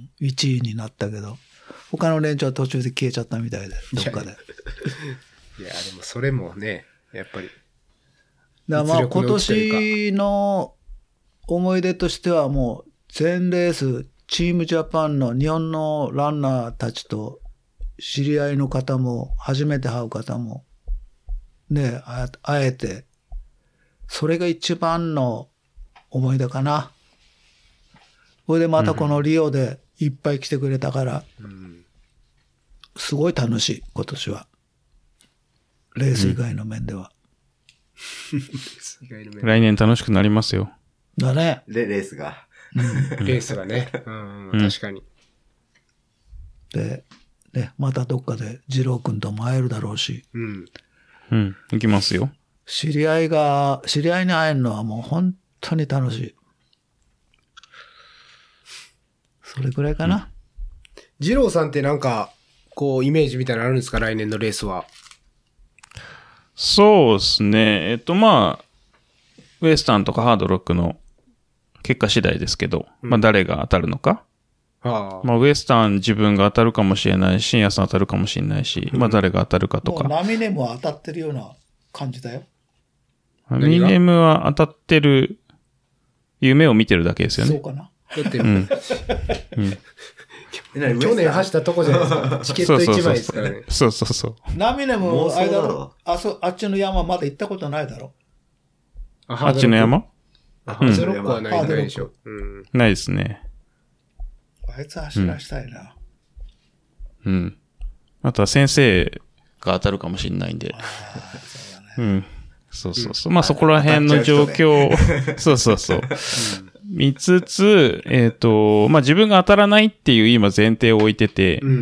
S3: いちいになったけど、他の連中は途中で消えちゃったみたいで、どっかで。
S1: いや、でもそれもね、やっぱり。
S3: だからまあ、今年の思い出としてはもう、全レース、チームジャパンの日本のランナーたちと知り合いの方も、初めて会う方も、ね、会えて、それが一番の思い出かな。それでまたこのリオでいっぱい来てくれたから、うん、すごい楽しい、今年は。レース以外の面では。
S4: うん、来年楽しくなりますよ。
S3: だね。
S2: レ、レースが。
S1: レースがね、うんうん、確かに。
S3: で、ね、またどっかで二郎くんとも会えるだろうし。
S4: うん。うん、行きますよ。
S3: 知り合いが、知り合いに会えるのはもう本当に楽しい。それくらいかな。
S1: 二郎さんってなんか、こう、イメージみたいなのあるんですか、来年のレースは。
S4: そうですね。えっと、まあ、ウエスタンとかハードロックの結果次第ですけど、うん、まあ誰が当たるのか。はあ、まあウエスタン自分が当たるかもしれないし、ヤス当たるかもしれないし、うん、まあ誰が当たるかとか。
S3: もうナミネムは当たってるような感じだよ。
S4: ナミネムは当たってる夢を見てるだけですよね。
S3: そうかな。
S1: だって、うんうん、去年走ったとこじゃないですか。チケットいちまいですからね。
S4: そうそうそう。
S3: ナミネムあれだろ。あそ、あっちの山まだ行ったことないだろ。
S4: あっちの山
S1: ハードロックはないでしょ。
S4: うん、ないですね。
S3: あいつ走らしたいな。
S4: うん。うん、あとは先生が当たるかもしれないんで。
S3: あそうだね。
S4: うん。そうそうそう。うん、まあそこら辺の状況を、ね、そうそうそう。うん、見つつ、えっと、まあ自分が当たらないっていう今前提を置いてて、うん、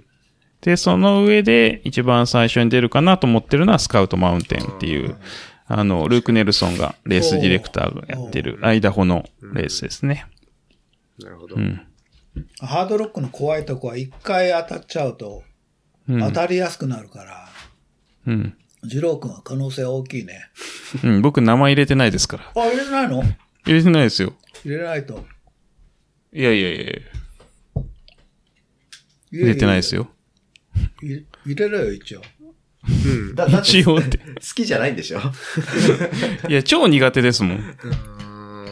S4: で、その上で一番最初に出るかなと思ってるのはスカウトマウンテンっていう、あの、ルーク・ネルソンがレースディレクターがやってるアイダホのレースですね。
S1: なるほど。
S4: うん。
S3: ハードロックの怖いとこは一回当たっちゃうと、当たりやすくなるから。うん。ジロー君は可能性大きいね。
S4: うん、僕名前入れてないですから。
S3: あ、入れてないの？
S4: 入れてないですよ。
S3: 入れないと。
S4: いやいやいや入れてないですよ。
S3: い入れろよ、一応。
S2: うん。だ、だって
S4: 一応って。好
S2: きじゃないんでしょ
S4: いや、超苦手ですもん。うん。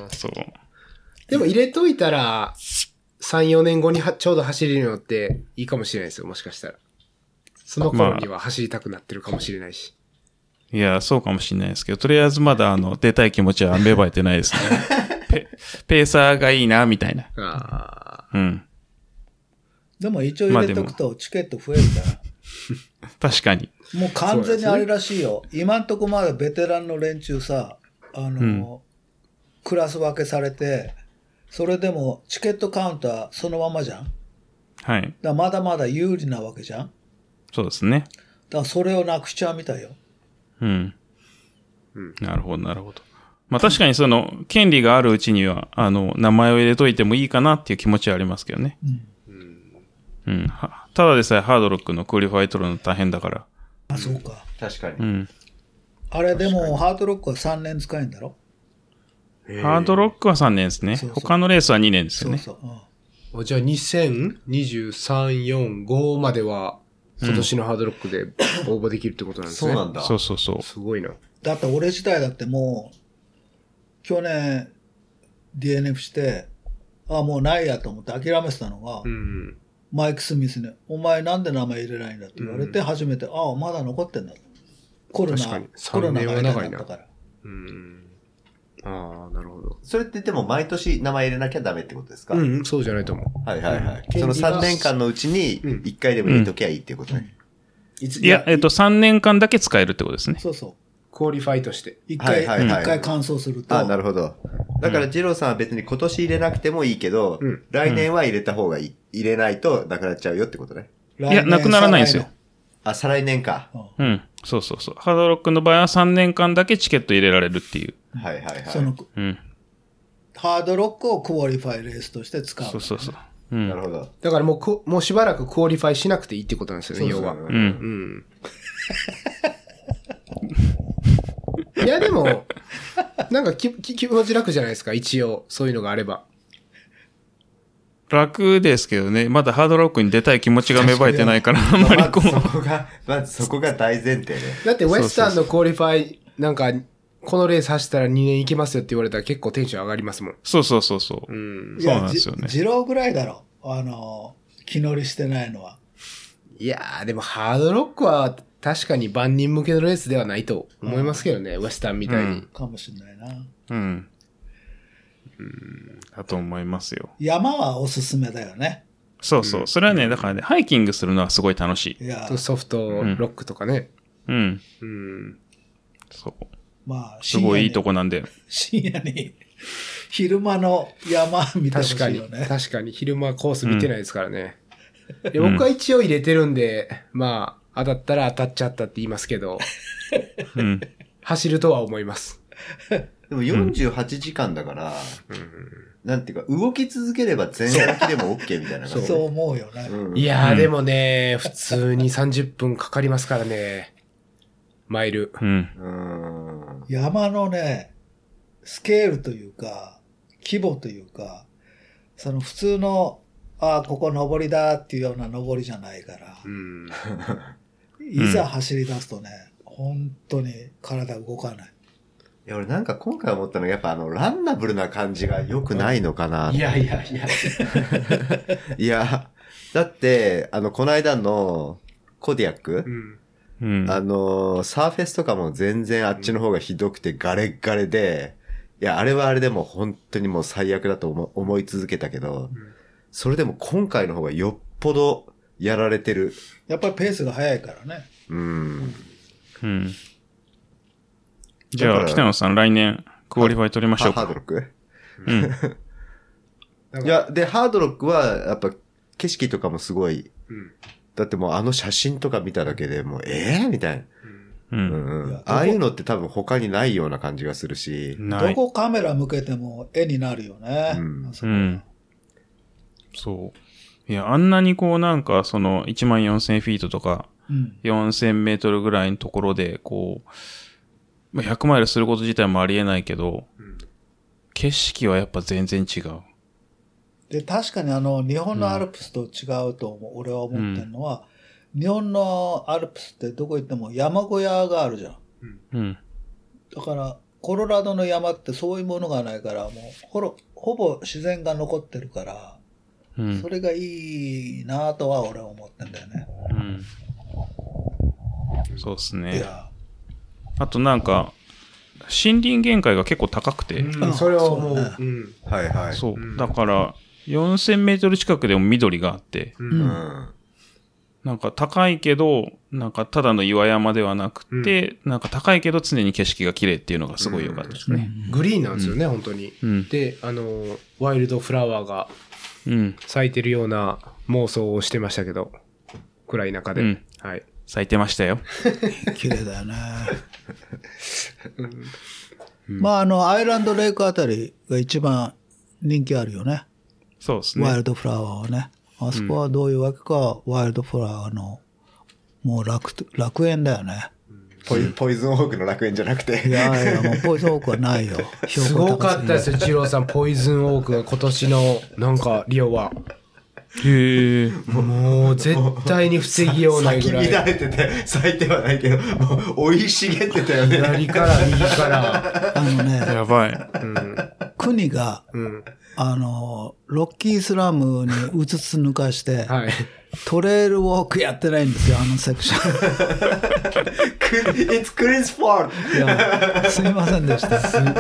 S4: そう。
S1: でも入れといたら、さん、よねんごにはちょうど走れるようになっていいかもしれないですよ、もしかしたら。その頃には走りたくなってるかもしれないし。
S4: まあ、いや、そうかもしれないですけど、とりあえずまだあの、出たい気持ちは芽生えてないですね。ペ、ペーサーがいいな、みたいな。ああ。うん。
S3: でも一応入れとくとチケット増えるから。
S4: 確かに。
S3: もう完全にあれらしいよ。ね、今んとこまでベテランの連中さ、あの、うん、クラス分けされて、それでもチケットカウンターそのままじゃん。
S4: はい。
S3: だまだまだ有利なわけじゃん。
S4: そうですね。
S3: だからそれをなくしちゃうみたいよ。
S4: うん。うん、なるほど、なるほど。まあ確かにその、権利があるうちには、あの、名前を入れといてもいいかなっていう気持ちはありますけどね。うん。うん。ただでさえハードロックのクオリファイ取るの大変だから。
S3: あ、そうか。
S2: 確かに。
S4: うん。
S3: あれでも、ハードロックはさんねん使えんだろ？
S4: ハードロックはさんねんですね。そうそう他のレースはにねんですよね。そうそう。
S1: うん、じゃあにせんにじゅうさん、よん、ごまでは、今年のハードロックで応募できるってことなんですね。
S2: うん、そうなんだ。
S4: そうそうそう。
S1: すごいな。
S3: だって俺自体だってもう、去年 ディーエヌエフ して、あ、もうないやと思って諦めてたのが、うん、マイク・スミスに、お前なんで名前入れないんだって言われて初めて、うん、ああ、まだ残ってんだ。コロナ、コロナが間だったから。うん、
S2: ああ、なるほど。それってでも毎年名前入れなきゃダメってことですか？
S1: うん、そうじゃないと思う。
S2: はいはいはい。うん、そのさんねんかんのうちにいっかいでも入れときゃいいっていうことね。
S4: うん、いや、えっと、さんねんかんだけ使えるってことですね。
S3: そうそう。
S1: クオリファイとして。
S3: 一回、はいはいはい、一回完走すると。
S2: あ、なるほど。だから、ジローさんは別に今年入れなくてもいいけど、うん、来年は入れた方がいい。入れないとなくなっちゃうよってことね。
S4: いや、なくならないんですよ。
S2: あ、再来年か。
S4: うん。そうそうそう。ハードロックの場合はさんねんかんだけチケット入れられるっていう。
S2: はいはいはい。
S3: その、うん。ハードロックをクオリファイレースとして使う、ね。
S4: そうそうそう。
S2: うん、なるほど。
S1: だからもうく、もうしばらくクオリファイしなくていいってことなんですよね、要は。うん。うん。いやでも、なんか気気持ち楽じゃないですか、一応、そういうのがあれば。
S4: 楽ですけどね、まだハードロックに出たい気持ちが芽生えてないから、あんまりこう。
S2: まずそこが、まずそこが大前提ね。
S1: だってウエスタンのクオリファイ、なんか、このレース走ったらにねん行けますよって言われたら結構テンション上がりますもん。
S4: そうそうそうそう。うん。そうなんですよね。
S3: ジローぐらいだろ。あの、気乗りしてないのは。
S1: いやー、でもハードロックは確かに万人向けのレースではないと思いますけどね、ウエスタンみたいに。うん、
S3: かもしれないな。
S4: うん。うん。だと思いますよ。
S3: 山はおすすめだよね。
S4: そうそう。それはね、だからね、ハイキングするのはすごい楽しい。
S1: いやソフトロックとかね。
S4: うん。うん。そう。
S3: まあ、
S4: すごいいいとこなんで。
S3: 深夜に、昼間の山見てほしいよね。
S1: 確かに、確かに、昼間コース見てないですからね。うん、いや僕は一応入れてるんで、まあ、当たったら当たっちゃったって言いますけど、うん、走るとは思います。
S2: でもよんじゅうはちじかんだから、うん、なんていうか、動き続ければ全歩きでも OK みたいな
S3: そう。そう思うよね。
S1: うん、いやー、でもね、普通にさんじゅっぷんかかりますからね。マイル。うん。
S3: 山のね、スケールというか、規模というか、その普通の、ああ、ここ登りだっていうような登りじゃないから、うん、いざ走り出すとね、本当に体動かない。
S2: いや、俺なんか今回思ったのが、やっぱあの、ランナブルな感じが良くないのかな。
S1: いやいやいや。
S2: いや、だって、あの、この間のコディアック、うんうん、あの、サーフェスとかも全然あっちの方がひどくてガレッガレで、いや、あれはあれでも本当にもう最悪だと 思, 思い続けたけど、うん、それでも今回の方がよっぽどやられてる。
S3: やっぱりペースが速いからね。うん。
S4: うん。じゃあ、北野さん来年クオリファイ取りましょうか。
S2: ハードロックうん。いや、で、ハードロックはやっぱ景色とかもすごい、うん、だってもうあの写真とか見ただけでもう、ええー、みたいな。うんうん、ああいうのって多分他にないような感じがするし。
S3: どこカメラ向けても絵になるよね。うん。
S4: うん、そう。いや、あんなにこうなんかそのいちまんよんせんフィートとか、よんせんメートルぐらいのところでこう、ひゃくマイルすること自体もありえないけど、うん、景色はやっぱ全然違う。
S3: で、確かにあの、日本のアルプスと違うと俺は思ってるのは、 日本のアルプスってどこ行っても山小屋があるじゃん。
S4: うん。
S3: だから、コロラドの山ってそういうものがないから、もうほろ、ほぼ自然が残ってるから、うん、それがいいなとは俺は思ってんだよね。
S4: うん。そうですね。いや。あとなんか、森林限界が結構高くて。
S1: うん、それはもう、ね、うん。
S2: はいはい。
S4: そう。だから、よんせんメートル近くでも緑があって、うん。なんか高いけど、なんかただの岩山ではなくて、うん、なんか高いけど常に景色が綺麗っていうのがすごい良かったですね。
S1: うん、グリーンなんですよね、うん、本当に、うん。で、あの、ワイルドフラワーが咲いてるような妄想をしてましたけど、暗い中で。うん、はい。
S4: 咲いてましたよ。
S3: 綺麗だよね。うん、まあ、あの、アイランドレイクあたりが一番人気あるよね。
S4: そうですね。
S3: ワイルドフラワーはね。あそこはどういうわけか、うん、ワイルドフラワーの、もう楽、楽園だよね。
S2: ポイ、ポイズンオークの楽園じゃなくて。
S3: いやいや、もうポイズンオークはないよ。
S1: すごかったですよ、二郎さん。ポイズンオークが今年の、なんか、リオは。
S4: へえ。
S1: もう、絶対に防ぎようないぐらい。
S2: 咲き乱れてて、咲いてはないけど、もう、生い茂ってたよね。
S1: 左から右から。
S3: あのね。
S4: やばい。うん、
S3: 国が、うんあの、ロッキースラムにうつつ抜かして、はい、トレイルウォークやってないんですよ、あのセクショ
S2: ン。It's Chris Ford!
S3: いや、すいませんでした。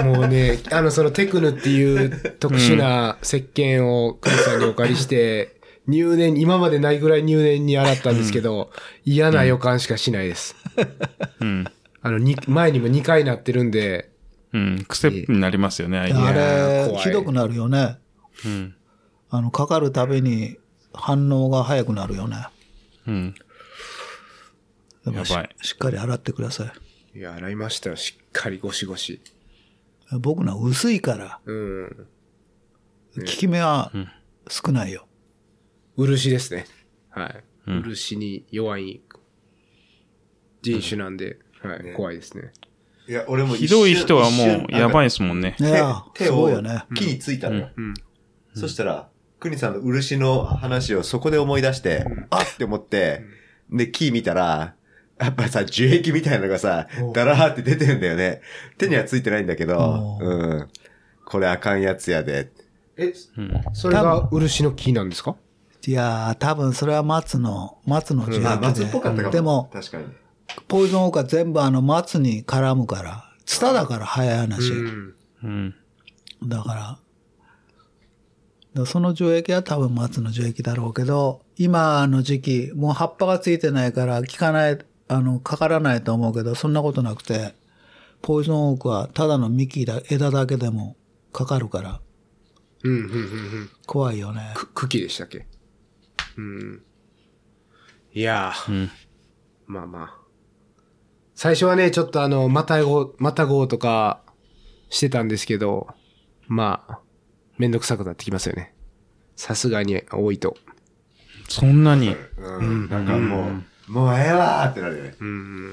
S1: もうね、あの、そのテクヌっていう特殊な石鹸をクリスさんにお借りして、うん、入念、今までないぐらい入念に洗ったんですけど、うん、嫌な予感しかしないです。うん、あの、前にもにかいなってるんで、
S4: うん、癖になりますよね、
S3: あれ、ひどくなるよね。うん。あの、かかるたびに反応が早くなるよね。うん。でもやばい。しっかり洗ってくださ
S1: い。いや、洗いましたよ。しっかりゴシゴシ。
S3: 僕のは薄いから。うん。ね、効き目は少ないよ。
S1: 漆ですね。はい。うん、漆に弱い人種なんで、うん、はい、ね、怖いですね。
S2: いや、俺も
S4: ひどい人はもうやばいですもんね。
S3: いや、
S2: 手を木についたのよ。うんうん、そしたら、クニさんの漆の話をそこで思い出して、うん、あって思って、うん、で、木見たら、やっぱさ、樹液みたいなのがさ、ダラーって出てるんだよね。手にはついてないんだけど、うん。これあかんやつやで。
S1: え、うん、それが漆の木なんですか？
S3: いやー、多分それは松の、松の樹液で。
S2: うん、松っぽかったかも。
S3: でも、
S2: 確かに。
S3: ポイズンオークは全部あの松に絡むから、ツタだから早い話。うんうん、だから、からその樹液は多分松の樹液だろうけど、今の時期、もう葉っぱがついてないから効かない、あの、かからないと思うけど、そんなことなくて、ポイズンオークはただの幹だ、枝だけでもかかるから。うん、うん、うん、うん。怖いよね。
S1: 茎でしたっけ？うん。いやー、うん、まあまあ。最初はね、ちょっとあの、またご、またごとかしてたんですけど、まあ、めんどくさくなってきますよね。さすがに多いと。
S4: そんなに。
S2: うん。なんかもう、うん、もうええわーってなるよね。うん。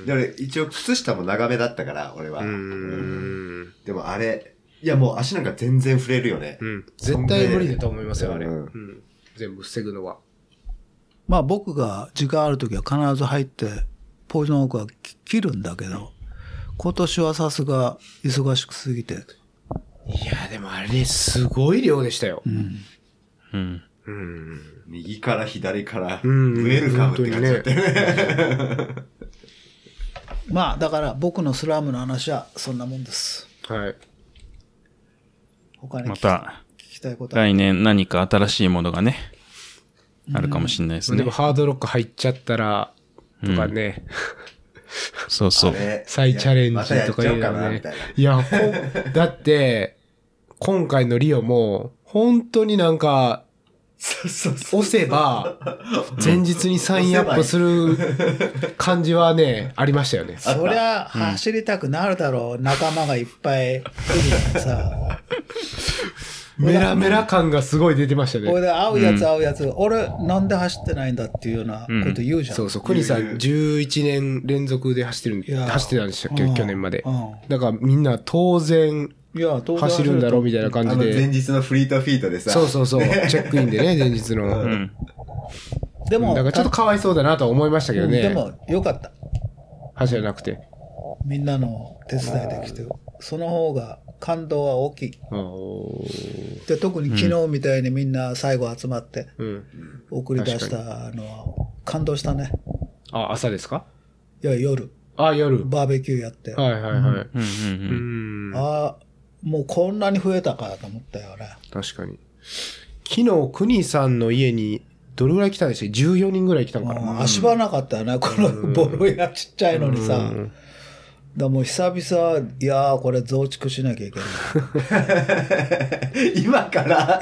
S2: で、俺、一応靴下も長めだったから、俺は。うん。うん、でもあれ、いやもう足なんか全然触れるよね。うん。
S1: 絶対無理だと思いますよ、あれ。うん。うん、全部防ぐのは。
S3: まあ僕が時間あるときは必ず入って、ポイズンオークは切るんだけど、今年はさすが忙しくすぎて。い
S1: や、でもあれすごい量でしたよ。うん。
S2: うん。うん、右から左から、うん、ウェルカムって感じだったよね。
S3: まあ、だから僕のスラムの話はそんなもんです。はい。
S4: 他に聞き、また聞きたいこと来年何か新しいものがね、あるかもしれないですね。
S1: でもハードロック入っちゃったら、とかね。うん、
S4: そうそう。
S1: 再チャレンジとかいうのね。いや、だって、今回のリオも、本当になんか、押せば、前日にサインアップする感じはね、ありましたよね。
S3: そりゃ、走りたくなるだろう。仲間がいっぱいいるからさ。
S1: メラメラ感がすごい出てましたね。
S3: これで会うやつ会うやつ、うん、俺なんで走ってないんだっていうようなこと言うじゃん。
S1: うん、そうそう。クニさんじゅういちねん連続で走ってる、走ってたんでしたっけ、去年まで。だからみんな当然、いや、当然走るんだろうみたいな感じで。
S2: あの前日のフリートフィートでさ。
S1: そうそうそう。チェックインでね、前日の。うん、
S3: でも、
S1: だからちょっとかわいそうだなとは思いましたけどね。
S3: うん、でも、よかった。
S1: 走らなくて。
S3: みんなの手伝いできて、その方が感動は大きい。で、特に昨日みたいにみんな最後集まって、送り出したのは感動したね。
S1: あ、朝ですか？
S3: いや、夜。
S1: あ、夜。
S3: バーベキューやって。
S1: はいはいはい。うん
S3: うん、あ、もうこんなに増えたかと思ったよね。
S1: 確かに。昨日、国さんの家にどれぐらい来たんでしたっけ？じゅうよにんぐらい来たのかな。
S3: 足場なかったよね。このボロやちっちゃいのにさ。だもう久々、いやーこれ増築しなきゃいけ
S2: ない。今から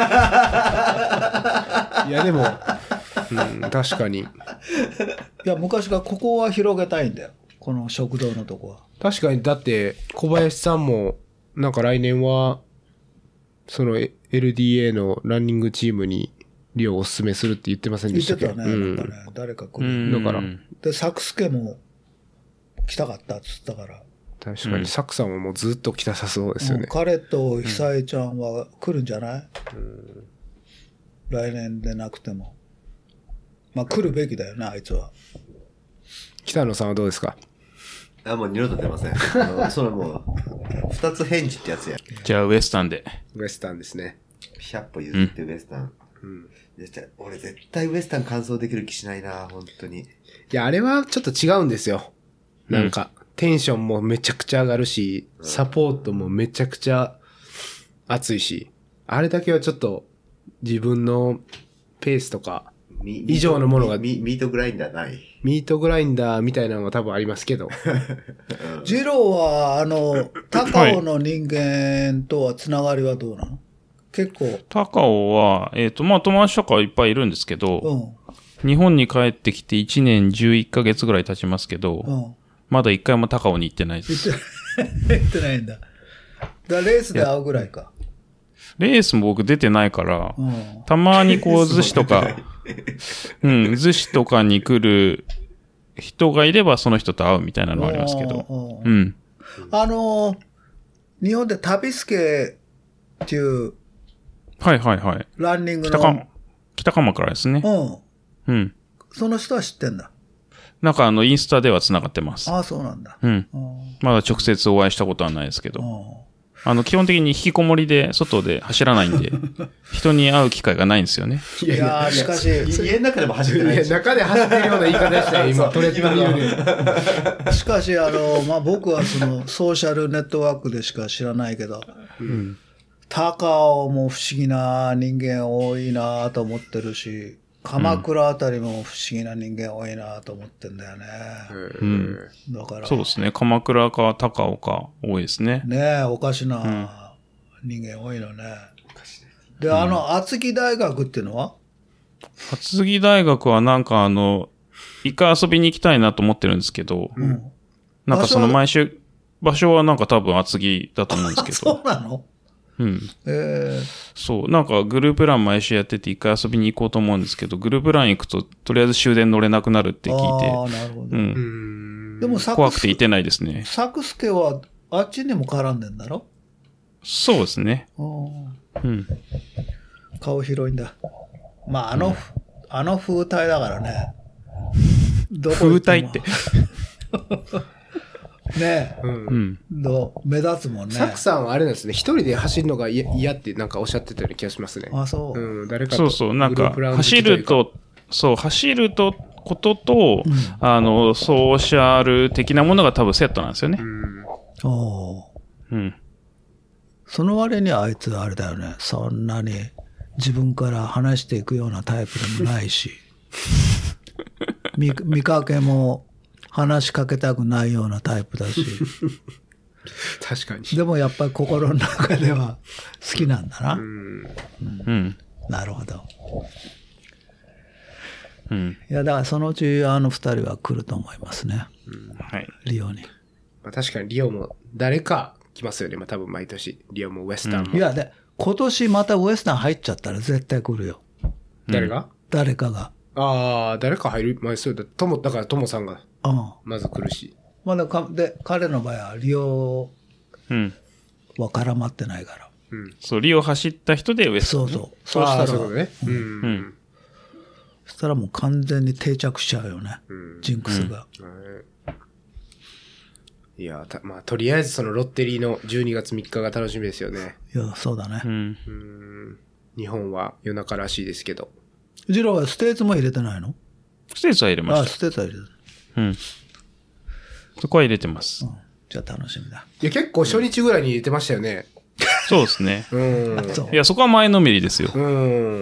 S1: いやでも、うん、確かに。い
S3: や、昔からここは広げたいんだよ。この食堂のとこは。
S1: 確かに、だって小林さんも、なんか来年は、その エルディーエー のランニングチームにリオをおすすめするって言ってませんでしたっけ？
S3: 言ってたね。うん、なんかね、誰か来る。
S1: だから。
S3: で、サクスケも来たかったっつったから。
S1: 確かに、サクさんはもうずっと来たさそうですよね。
S3: 彼と久江ちゃんは来るんじゃない？うん、来年でなくても。まあ来るべきだよね、あいつは。
S1: 北野さんはどうですか？
S2: あ、もう二度と出ません。あのそれもう、二つ返事ってやつや。
S4: じゃあウエスタンで。
S1: ウエスタンですね。
S2: ひゃっぽ譲ってウエスタン。うん。いや俺絶対ウエスタン完走できる気しないな、本当に。い
S1: や、あれはちょっと違うんですよ。なんか、うん、テンションもめちゃくちゃ上がるし、サポートもめちゃくちゃ熱いし、あれだけはちょっと自分のペースとか、以上のものが
S2: ミ、ミートグラインダーない。
S1: ミートグラインダーみたいなのは多分ありますけど。
S3: ジローは、あの、高尾の人間とはつながりはどうなの？結構。
S4: 高尾は、えっ、ー、と、まあ、友達とかいっぱいいるんですけど、うん、日本に帰ってきていちねんじゅういっかげつぐらい経ちますけど、うん、まだ一回も高尾に行ってないです。
S3: 行ってないんだ。だレースで会うぐらいか。
S4: レースも僕出てないから、うん、たまにこう、逗子とか、うん、逗子とかに来る人がいればその人と会うみたいなのはありますけど。うん。
S3: あのー、日本で旅助っていう、
S4: はいはいはい。
S3: ランニングの。
S4: 北か、北鎌倉ですね。うん。うん。
S3: その人は知ってんだ。
S4: なんかあの、インスタでは繋がってます。
S3: ああ、そうなんだ。
S4: うん。まだ直接お会いしたことはないですけど。あの、基本的に引きこもりで、外で走らないんで、人に会う機会がないんですよね。
S3: いやいや、しかし、
S2: 家の中でも走ってない。いや、
S1: 中で走ってるような言い方でしたよ、今、トレッドミル
S3: で。しかし、あの、まあ、僕はその、ソーシャルネットワークでしか知らないけど、うん、高尾も不思議な人間多いなと思ってるし、鎌倉あたりも不思議な人間多いなと思ってんだよね。
S4: うん。だから。そうですね。鎌倉か高尾か多いですね。
S3: ねえ、おかしな人間多いのね。うん、で、あの、厚木大学っていうのは？
S4: 厚木大学はなんかあの、一回遊びに行きたいなと思ってるんですけど、うん、なんかその毎週、場所はなんか多分厚木だと思うんですけど。
S3: そうなの？
S4: うん。えー、そう。なんかグループラン毎週やってて一回遊びに行こうと思うんですけど、グループラン行くととりあえず終電乗れなくなるって聞いて。
S3: ああ、なるほど。うん。でも
S4: サク怖くて行ってないですね。
S3: サクスケはあっちにも絡んでんだろ？
S4: そうですね。うん。
S3: 顔広いんだ。まあ、あの、うん、あの風体だからね。
S4: どこ風体って。
S3: ねえ、うん、どう目立つもんね。
S1: サクさんはあれなんですね、一人で走るのが嫌ってなんかおっしゃってたような気がしますね。
S3: あ、そう。
S1: うん、誰か
S4: と。そうそう、なんか、走ると、そう、走ると、ことと、うん、あの、ソーシャル的なものが多分セットなんですよね。うん。
S3: おうん。その割にあいつあれだよね、そんなに自分から話していくようなタイプでもないし、見、見かけも、話しかけたくないようなタイプだし。
S1: 確かに。
S3: でもやっぱり心の中では好きなんだな。うん。うん、なるほど。うん。いや、だからそのうちあの二人は来ると思いますね。うん、はい。リオに。
S1: まあ、確かにリオも誰か来ますよね。まあ多分毎年。リオもウエスタンも。
S3: うん、いや、で、今年またウエスタン入っちゃったら絶対来るよ。
S1: 誰が？
S3: 誰かが。
S1: ああ、誰か入る前そうだ。とも、だからともさんが。うん、まず来るし。
S3: まだか、で、彼の場合はリオは絡まってないから。
S4: うん。そう、リオ走った人でウエスト、
S3: ね。そうそう。そうしたら。
S1: そういうことね。うん。うん。
S3: そしたらもう完全に定着しちゃうよね。うん、ジンクスが。
S1: うん、いや、まあ、とりあえずそのロッテリーのじゅうにがつみっかが楽しみですよね。
S3: いや、そうだね。うん。
S1: うん日本は夜中らしいですけど。
S3: ジローはステーツも入れてないの？
S4: ステーツは入れました。あ、
S3: ステーツは入れてる。
S4: うん。そこは入れてます。うん、
S3: じゃあ楽しみだ。
S1: いや、結構初日ぐらいに入れてましたよね。
S4: そうですね。
S1: うん。
S4: いや、そこは前のめりですよ。
S1: うん。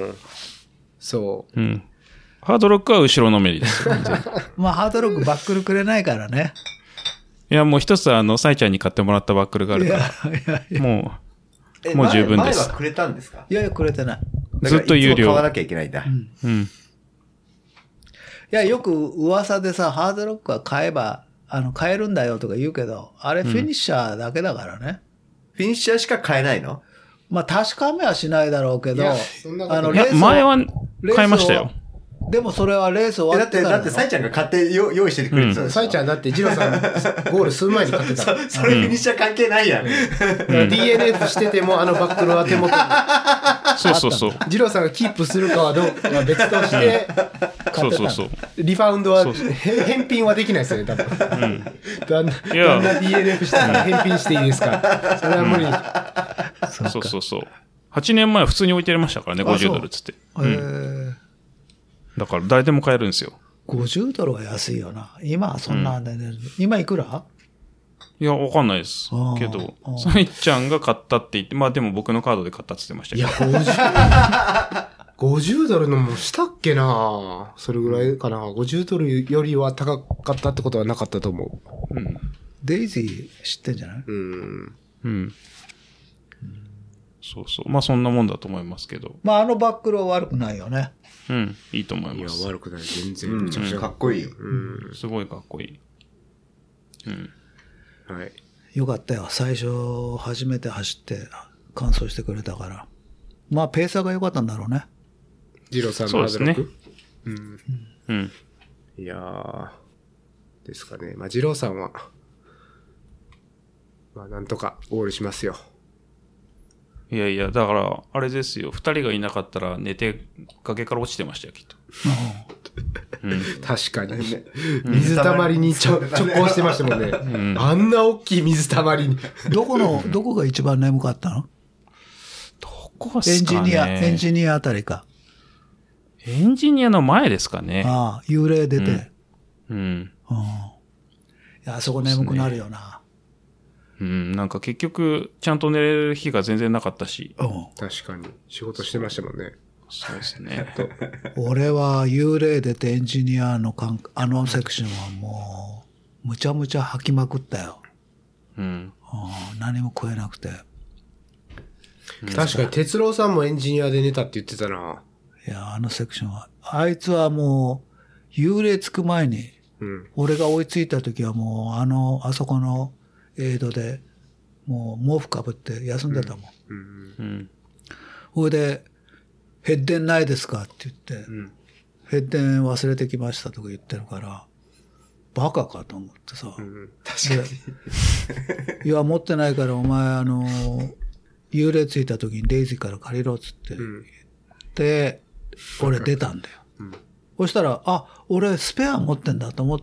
S1: そう。
S4: うん。ハードロックは後ろのめりですよ。
S3: まあ、ハードロックバックルくれないからね。
S4: いや、もう一つ、あの、サイちゃんに買ってもらったバックルがあるから。いやいやいやもう、もう十分です。
S2: 前はくれたんですか？
S3: いやいや、くれてない。
S4: ずっと有料。
S2: 買わなきゃいけないんだ。うん。うん、い
S3: や、よく噂でさ、ハードロックは買えば、あの、買えるんだよとか言うけど、あれフィニッシャーだけだからね。
S2: うん、フィニッシャーしか買えないの？
S3: まあ、確かめはしないだろうけど、あ
S4: の、レース前は買いましたよ。
S3: でもそれはレース終わってから。
S2: だって、だって、サイちゃんが買って用意してくれてたでしょ。
S1: サイちゃんだって、ジロさん、ゴール数前に買ってた。
S2: そ, それフィニッシャー関係ないやん。うん、
S1: ディーエヌエフ してても、あのバックルは手元に。
S4: そうそうそう。
S1: ジロさんがキープするかはどうかは別として、
S4: そうそうそう。
S1: リファウンドは、返品はできないですよね、多分。うん。どんな ディーエヌエフ したら返品していいですか？それは無理。
S4: うん、そうそうそう。はちねんまえ普通に置いてありましたからね、ごじゅうドルっつって。うん。だから誰でも買えるんですよ。
S3: ごじゅうドルは安いよな。今はそんなんでね、うん。今いくら？
S4: いや、わかんないです。けど、サイちゃんが買ったって言って、まあでも僕のカードで買ったって言ってましたけど。
S1: いや、ごじゅう、ごじゅうドルのもしたっけなそれぐらいかな。ごじゅうドルよりは高かったってことはなかったと思う。うん。
S3: デイジー知ってんじゃない？
S1: うん。
S4: うん。そうそう。まあそんなもんだと思いますけど。
S3: まああのバックルは悪くないよね。
S4: うん、いいと思います。
S1: いや、悪くない。全然。めちゃくちゃ
S2: かっこいいよ。
S4: うん。すごいかっこいい。うん。
S1: はい。
S3: よかったよ。最初、初めて走って完走してくれたから。まあ、ペーサーが良かったんだろうね。
S1: ジローさんのハードロック？
S4: そうですね。うん。うん。
S1: いやー、ですかね。まあ、ジローさんは、まあ、なんとかゴールしますよ。
S4: いやいや、だから、あれですよ。二人がいなかったら寝て、崖から落ちてましたよ、きっと。
S1: うん、確かに。水たまりにちょ直行してましたもんね。うん、あんな大きい水たまりに。
S3: どこの、どこが一番眠かったの？
S4: どこですかね。
S3: エンジニア、エンジニアあたりか。
S4: エンジニアの前ですかね。
S3: ああ、幽霊出て。
S4: うん。うん。
S3: いや、あそこ眠くなるよな。
S4: うん、なんか結局、ちゃんと寝れる日が全然なかったし。
S3: うん。
S1: 確かに。仕事してましたもんね。
S4: そうですね。
S3: 俺は幽霊出てエンジニアのかんあのセクションはもう、むちゃむちゃ吐きまくったよ。
S4: うん。
S3: うん、何も食えなくて。
S1: 確かに、哲郎さんもエンジニアで寝たって言ってたな。
S3: いや、あのセクションは。あいつはもう、幽霊つく前に、うん、俺が追いついた時はもう、あの、あそこのエイドで、もう毛布かぶって休んでたもん。うん。うん。ほいで、ヘッデンないですかって言って、うん、ヘッデン忘れてきましたとか言ってるから、バカかと思ってさ。うん、
S1: 確か
S3: に。いや、持ってないからお前、あの、幽霊ついた時にデイジーから借りろっつって言って、うん、俺出たんだよ。うん、そしたら、あ、俺スペア持ってんだと思って、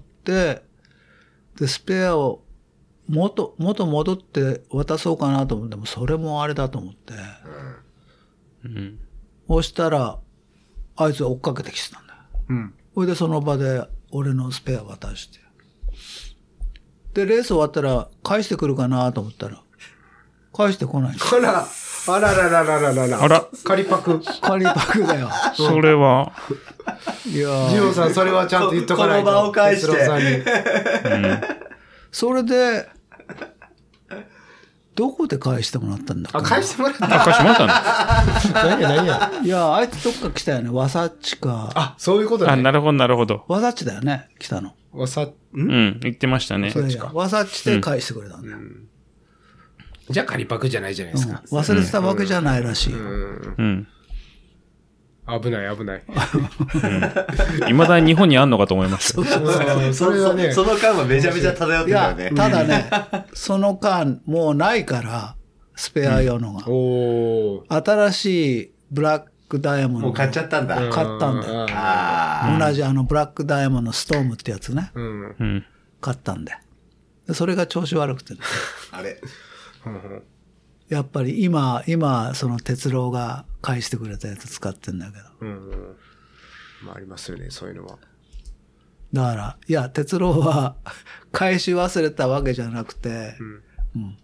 S3: で、スペアを元、元戻って渡そうかなと思っても、それもあれだと思って。うん。うんそしたら、あいつ追っかけてきてたんだよ。うん。それでその場で俺のスペア渡して。で、レース終わったら返してくるかなと思ったら、返してこない。
S1: あら、あららららららら。
S4: あら。
S1: 仮パク。
S3: 仮パクだよ。
S4: それは。
S1: いやー。ジローさん、それはちゃんと言っとかないと。
S2: この場を返して。
S1: さんに。
S3: うん。それで、どこで返してもらったんだっけ？
S1: あ、返してもらった。
S4: あ、返してもらったんだ。
S1: 何や何や。
S3: いや、あいつどっか来たよね。ワサッチか。
S1: あ、そういうことね。
S4: あ、なるほど、なるほど。
S3: ワサッチだよね、来たの。
S1: ワサ、ん
S4: うん、言ってましたね。
S3: ワサッチで返してくれたんだよ。うん、
S1: じゃあ仮パクじゃないじゃないですか。
S3: うん、忘れてたわけじゃないらしい。うん。うん、
S1: 危ない危ない。
S4: いま、うん、だに日本にあんのかと思いました。
S2: そうそうそう。それはね。その間はめちゃめちゃ漂ってたよね。
S3: ただね、その間もうないから、スペア用のが。うん、お新しいブラックダイヤモンド。
S2: もう買っちゃったんだ。
S3: 買ったんだよ。あ同じあのブラックダイヤモンドのストームってやつね。
S1: うん。
S4: うん。
S3: 買ったんで。でそれが調子悪くてね。
S2: あれ
S3: やっぱり今、今、その鉄郎が返してくれたやつ使ってんだけど。
S1: うん。まあありますよね、そういうのは。
S3: だから、いや、鉄郎は返し忘れたわけじゃなくて、うんうん、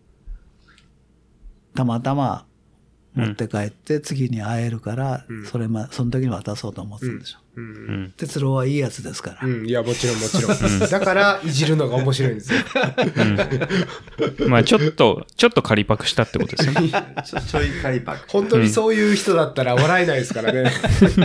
S3: たまたま持って帰って次に会えるから、うん、それま、その時に渡そうと思ってたんでしょ。うんうん、鉄郎はいいやつですから。
S1: うん、いや、もちろんもちろん。だから、いじるのが面白いんですよ。
S4: うん、まあ、ちょっと、ちょっと仮パクしたってことですよね。
S2: ちょ、ちょい仮パク。
S1: 本当にそういう人だったら笑えないですからね。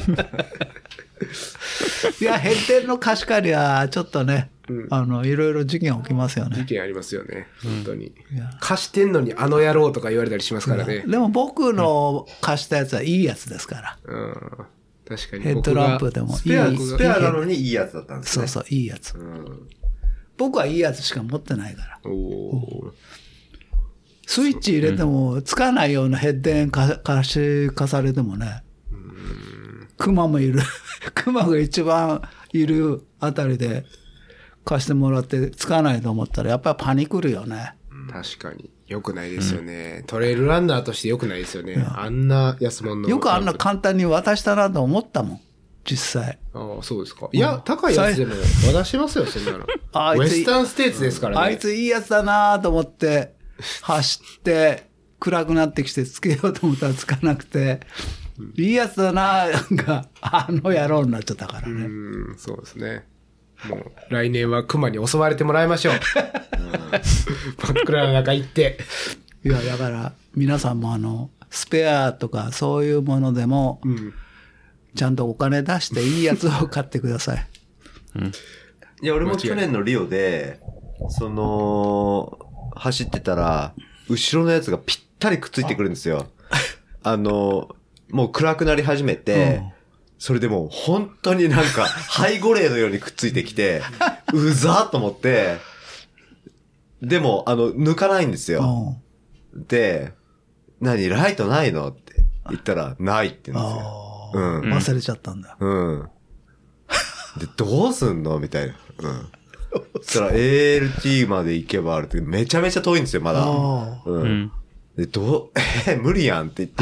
S3: いや、返典の貸し借りは、ちょっとね、うん、あの、いろいろ事件起きますよね。
S1: 事件ありますよね。本当に。貸してんのにあの野郎とか言われたりしますからね。
S3: でも僕の貸したやつはいいやつですから。
S1: うん。確かに。
S3: ヘッドランプでもいい。
S2: スペア、スペアなのにいいやつだったんですね。
S3: そうそう、いいやつ。うん、僕はいいやつしか持ってないから。おスイッチ入れてもつかないようなヘッデン貸し貸されてもね。クマもいる。クマが一番いるあたりで貸してもらってつかないと思ったらやっぱりパニクるよね。
S1: 確かに。良くないですよね、うん。トレイルランナーとして良くないですよね。あんな安物の。
S3: よくあんな簡単に渡したなと思ったもん。実際。
S1: ああ、そうですか。いや、うん、高いやつでも渡しますよ、そんなの。あウエスタンステーツですからね。
S3: あいついいやつだなと思って、走って、暗くなってきてつけようと思ったらつかなくて、うん、いいやつだなが、あの野郎になっちゃったからね。
S1: うん、そうですね。もう、来年は熊に襲われてもらいましょう。真っ暗な中行って。
S3: いや、だから、皆さんもあの、スペアとかそういうものでも、うん、ちゃんとお金出していいやつを買ってください。
S2: うん、いや、俺も去年のリオで、その、走ってたら、後ろのやつがぴったりくっついてくるんですよ。あ, あの、もう暗くなり始めて、うん、それでもう本当になんか、背後霊のようにくっついてきて、うざーと思って、でも、あの、抜かないんですよ。うん、で、何、ライトないのって言ったら、ないって言うんですよ。うん。
S3: 忘れちゃったんだ。
S2: うん。で、どうすんのみたいな。うん。そしたら エーエルティー まで行けばあるって、めちゃめちゃ遠いんですよ、まだ。うん。で、どう、え、無理やんって言って、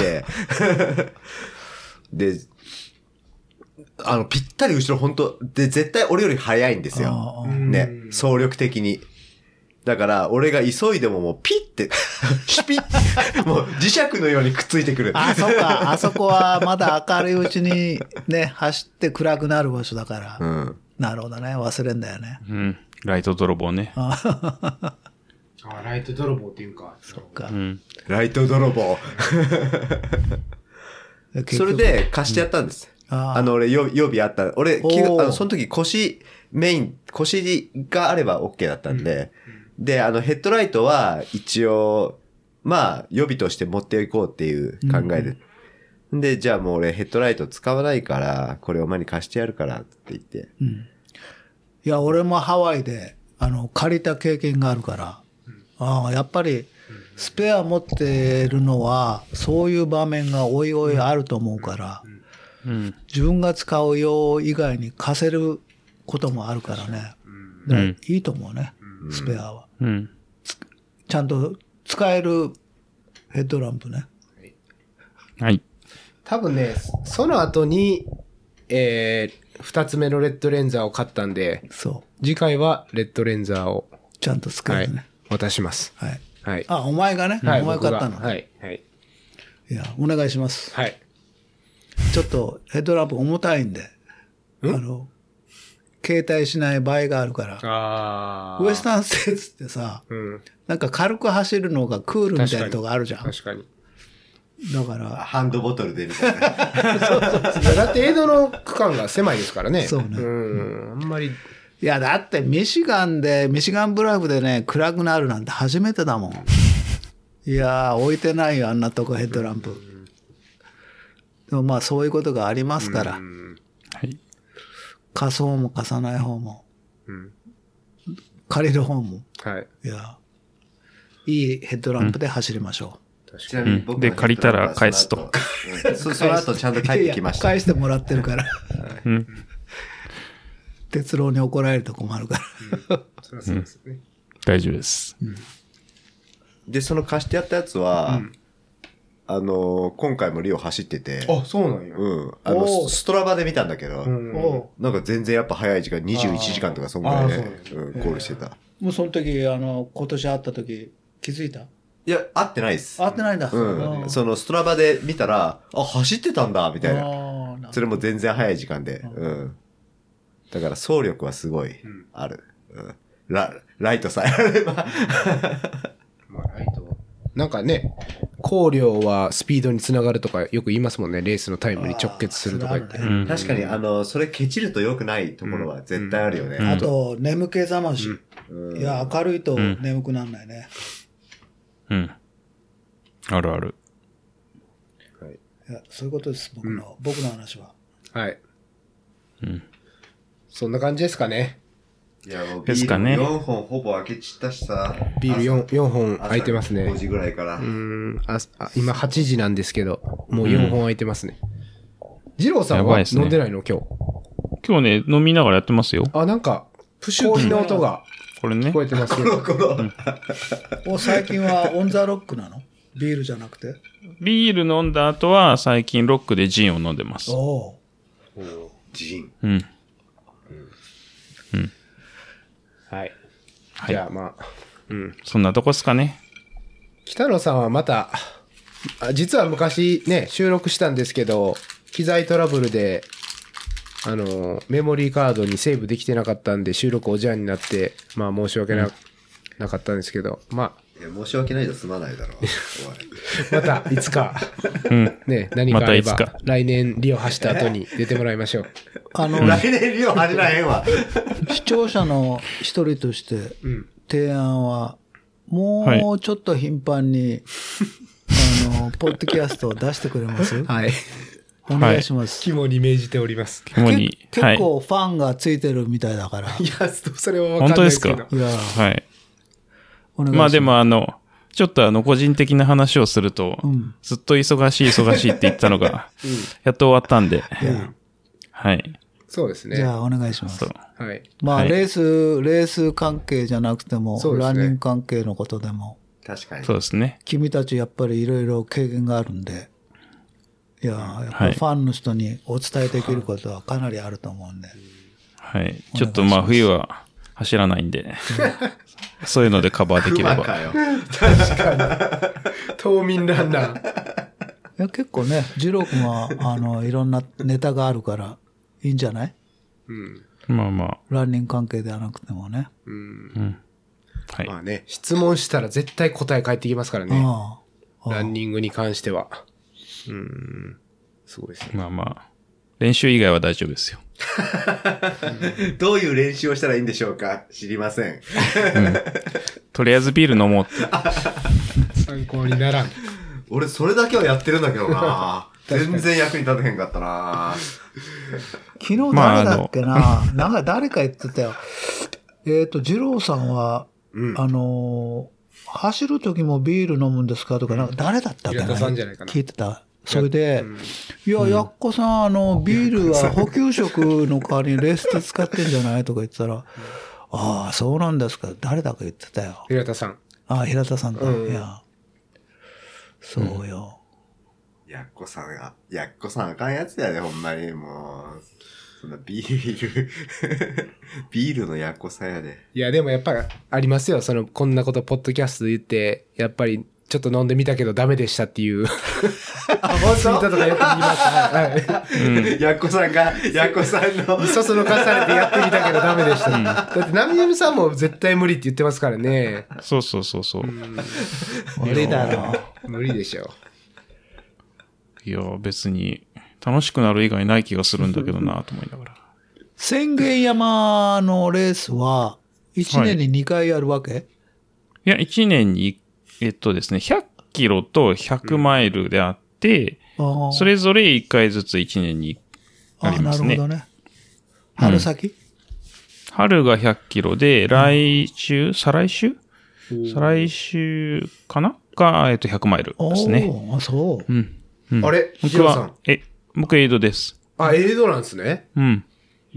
S2: で、あの、ぴったり後ろ本当で、絶対俺より速いんですよ。ね、総力的に。だから、俺が急いでももうピッて、シュピッもう磁石のようにくっついてくる。
S3: あ、そうか。あそこはまだ明るいうちにね、走って暗くなる場所だから。うん。なるほどね。忘れんだよね。
S4: うん。ライト泥棒ね。
S1: ああ、ライト泥棒っていうか。
S3: そっか。
S2: うん。ライト泥棒。それで貸してやったんです。うん、あ, あの、俺、予備あった。俺、あの、その時腰、メイン、腰があれば OK だったんで、うん、で、あの、ヘッドライトは一応、まあ、予備として持っていこうっていう考えで。うん、で、じゃあもう俺ヘッドライト使わないから、これお前に貸してやるからって言って。うん、
S3: いや、俺もハワイで、あの、借りた経験があるから、うん、ああ、やっぱり、スペア持ってるのは、そういう場面がおいおいあると思うから、うん、自分が使う用以外に貸せることもあるからね。うん、いいと思うね、うん、スペアは、うん。ちゃんと使えるヘッドランプね。
S4: はい。
S1: 多分ね、その後に、えー、二つ目のレッドレンザーを買ったんで、そう。次回はレッドレンザーを
S3: ちゃんと使えるね、はい。
S1: 渡します。はい。はい。
S3: あ、お前がね、はい、お前買ったの。
S1: はい。はい。
S3: いや、お願いします。
S1: はい。
S3: ちょっとヘッドランプ重たいんで、あの、携帯しない場合があるから、あウエスタンステーツってさ、うん、なんか軽く走るのがクールみたいなとこあるじゃん。
S1: 確かに。
S3: だから。
S2: ハンドボトルでみたいな。
S1: そうそうそう。だってエイドの区間が狭いですからね。
S3: そうね。
S1: うん。あんまり。
S3: いや、だってミシガンで、ミシガンブラフでね、暗くなるなんて初めてだもん。いやー、置いてないよ、あんなとこヘッドランプ。でもまあそういうことがありますから。はい。貸す方も貸さない方も。うん、借りる方も。はい。いや、いいヘッドランプで走りましょう。
S2: うん、ちなみに僕の
S4: で、借りたら返すと。
S2: うん、そ, その後ちゃんと帰ってきました。
S3: 返してもらってるから。うん、 哲郎に怒られると困るから。うん、
S1: そりゃそうですよね、うん。
S4: 大丈夫です。うん、
S2: で、その貸してやったやつは、うん、あのー、今回もリオ走ってて。
S1: あ、そうなんや。
S2: うん。あの、ストラバで見たんだけど、うん、なんか全然やっぱ早い時間、にじゅういちじかんとかそんぐらいで、うん、ゴールしてた。
S3: もうその時、あの、今年会った時、気づいた？
S2: いや、会ってないです。
S3: 会ってないんだ。
S2: うん。そのストラバで見たら、あ、走ってたんだ、みたいな。それも全然早い時間で。うん。だから走力はすごい、ある。うん。ラ、ライトさえあれば。まあ、
S1: ライト。なんかね、光量はスピードにつながるとかよく言いますもんね。レースのタイムに直結するとか言って。
S2: ね、確かに、あの、それケチると良くないところは絶対あるよね。
S3: うんうん、あと、眠気覚まし。うん、いや、明るいと眠くならないね。
S4: うん。あるある。
S3: はい。いや、そういうことです、僕の、うん、僕の話は。
S1: はい。うん。そんな感じですかね。
S2: いや、もうビールよんほんほぼ開けちったしさ。
S1: ビール 4, 4本開いてますね。
S2: ごじぐらいから。
S1: うーんああ。今はちじなんですけど、もうよんほん開いてますね。二郎、うん、さんは飲んでないの、今日。
S4: 今日ね、飲みながらやってますよ。
S1: あ、なんか、プシューの音が。
S4: これね。
S1: 聞こえてます
S2: よ。この、この。
S3: うん、最近はオンザロックなの？ビールじゃなくて？
S4: ビール飲んだ後は最近ロックでジンを飲んでます。
S3: お
S2: お。ジン。
S4: うん。うん。
S1: はい。じゃあまあ、
S4: うん。そんなとこっすかね。
S1: 北野さんはまた、実は昔ね、収録したんですけど、機材トラブルで、あの、メモリーカードにセーブできてなかったんで、収録おじゃんになって、まあ申し訳な、うん、なかったんですけど、まあ。
S2: いや、申し訳ないと済まないだろう。
S1: また、いつか、うん、ね、何かあれば、ま、来年リオ走った後に出てもらいましょう。
S2: あの、来年リオ走らへんわ。
S3: 視聴者の一人として、提案は、もうちょっと頻繁に、はい、あの、ポッドキャストを出してくれます？
S1: はい。
S3: お願いします。
S1: 肝に銘じております。
S4: 肝に。
S3: 結構ファンがついてるみたいだから。
S1: いや、それはわかんないですけど。
S4: 本当ですか？いや。はい。まあでもあの、ちょっとあの、個人的な話をすると、うん、ずっと忙しい忙しいって言ったのが、うん、やっと終わったんで。うん、はい。
S1: そうですね。
S3: じゃあお願いします。
S1: はい。
S3: まあ、はい、レース、レース関係じゃなくても、ね、ランニング関係のことでも。
S2: 確かに。
S4: そうですね。
S3: 君たちやっぱりいろいろ経験があるんで、いや、やっぱりファンの人にお伝えできることはかなりあると思うんで。
S4: はい。ちょっとまあ冬は走らないんで、そういうのでカバーできれば。
S2: かよ
S1: 確かに。冬眠ランナー。
S3: いや結構ね、二郎君はあのいろんなネタがあるからいいんじゃない？
S1: うん。
S4: まあまあ。
S3: ランニング関係ではなくてもね。
S1: うん。うん、はい。まあね、質問したら絶対答え返ってきますからね。ああ。ランニングに関しては。うん。すごいですね。
S4: まあまあ。練習以外は大丈夫ですよ。
S2: どういう練習をしたらいいんでしょうか？知りません。うん、
S4: とりあえずビール飲もうって。
S1: 参考にならん。
S2: 俺それだけはやってるんだけどな。全然役に立てへんかったな。
S3: 昨日誰だっけな、まあ、なんか誰か言ってたよ。えっと、二郎さんは、うん、あのー、走る時もビール飲むんですかとか、なんか誰だったっけな、聞いてた。それで、うん、いや、やっこさん、あの、ビールは補給食の代わりにレースで使ってんじゃないとか言ってたら、うん、ああ、そうなんですか。誰だか言ってたよ。
S1: 平田さん。
S3: ああ、平田さんか。うん、いや。そうよ。
S2: うん、やっこさんが、やっこさんあかんやつやで、ほんまに。もう、そんなビール、ビールのやっこさんやで。
S1: いや、でもやっぱりありますよ。その、こんなこと、ポッドキャストで言って、やっぱり、ちょっと飲んでみたけどダメでしたっていう。あ、本当？ツイートとかよく見ます。はい。
S2: うん、やっこさんが、やっこさんの。
S1: そそのかされてやってみたけどダメでした。うん、だって、ナミネムさんも絶対無理って言ってますからね。
S4: そうそうそうそう。
S1: 無理だろ。無理でしょ。
S4: いや、別に、楽しくなる以外ない気がするんだけどなと思いながら。
S3: 宣言山のレースは、いちねんににかいやるわけ？はい、
S4: いや、いちねんにいっかい。えっとですね、ひゃっキロとひゃくマイルであって、うん、それぞれいっかいずついちねんにありますね。
S3: あ、なるほどね。春先、うん、
S4: 春がひゃっキロで、来週、再来週再来週かなが、えっと、ひゃくマイルですね。
S3: あ、そう。
S1: うん。うん、あれ
S4: 僕は、え、僕エイドです。
S1: あ、エイドなんですね。
S4: うん。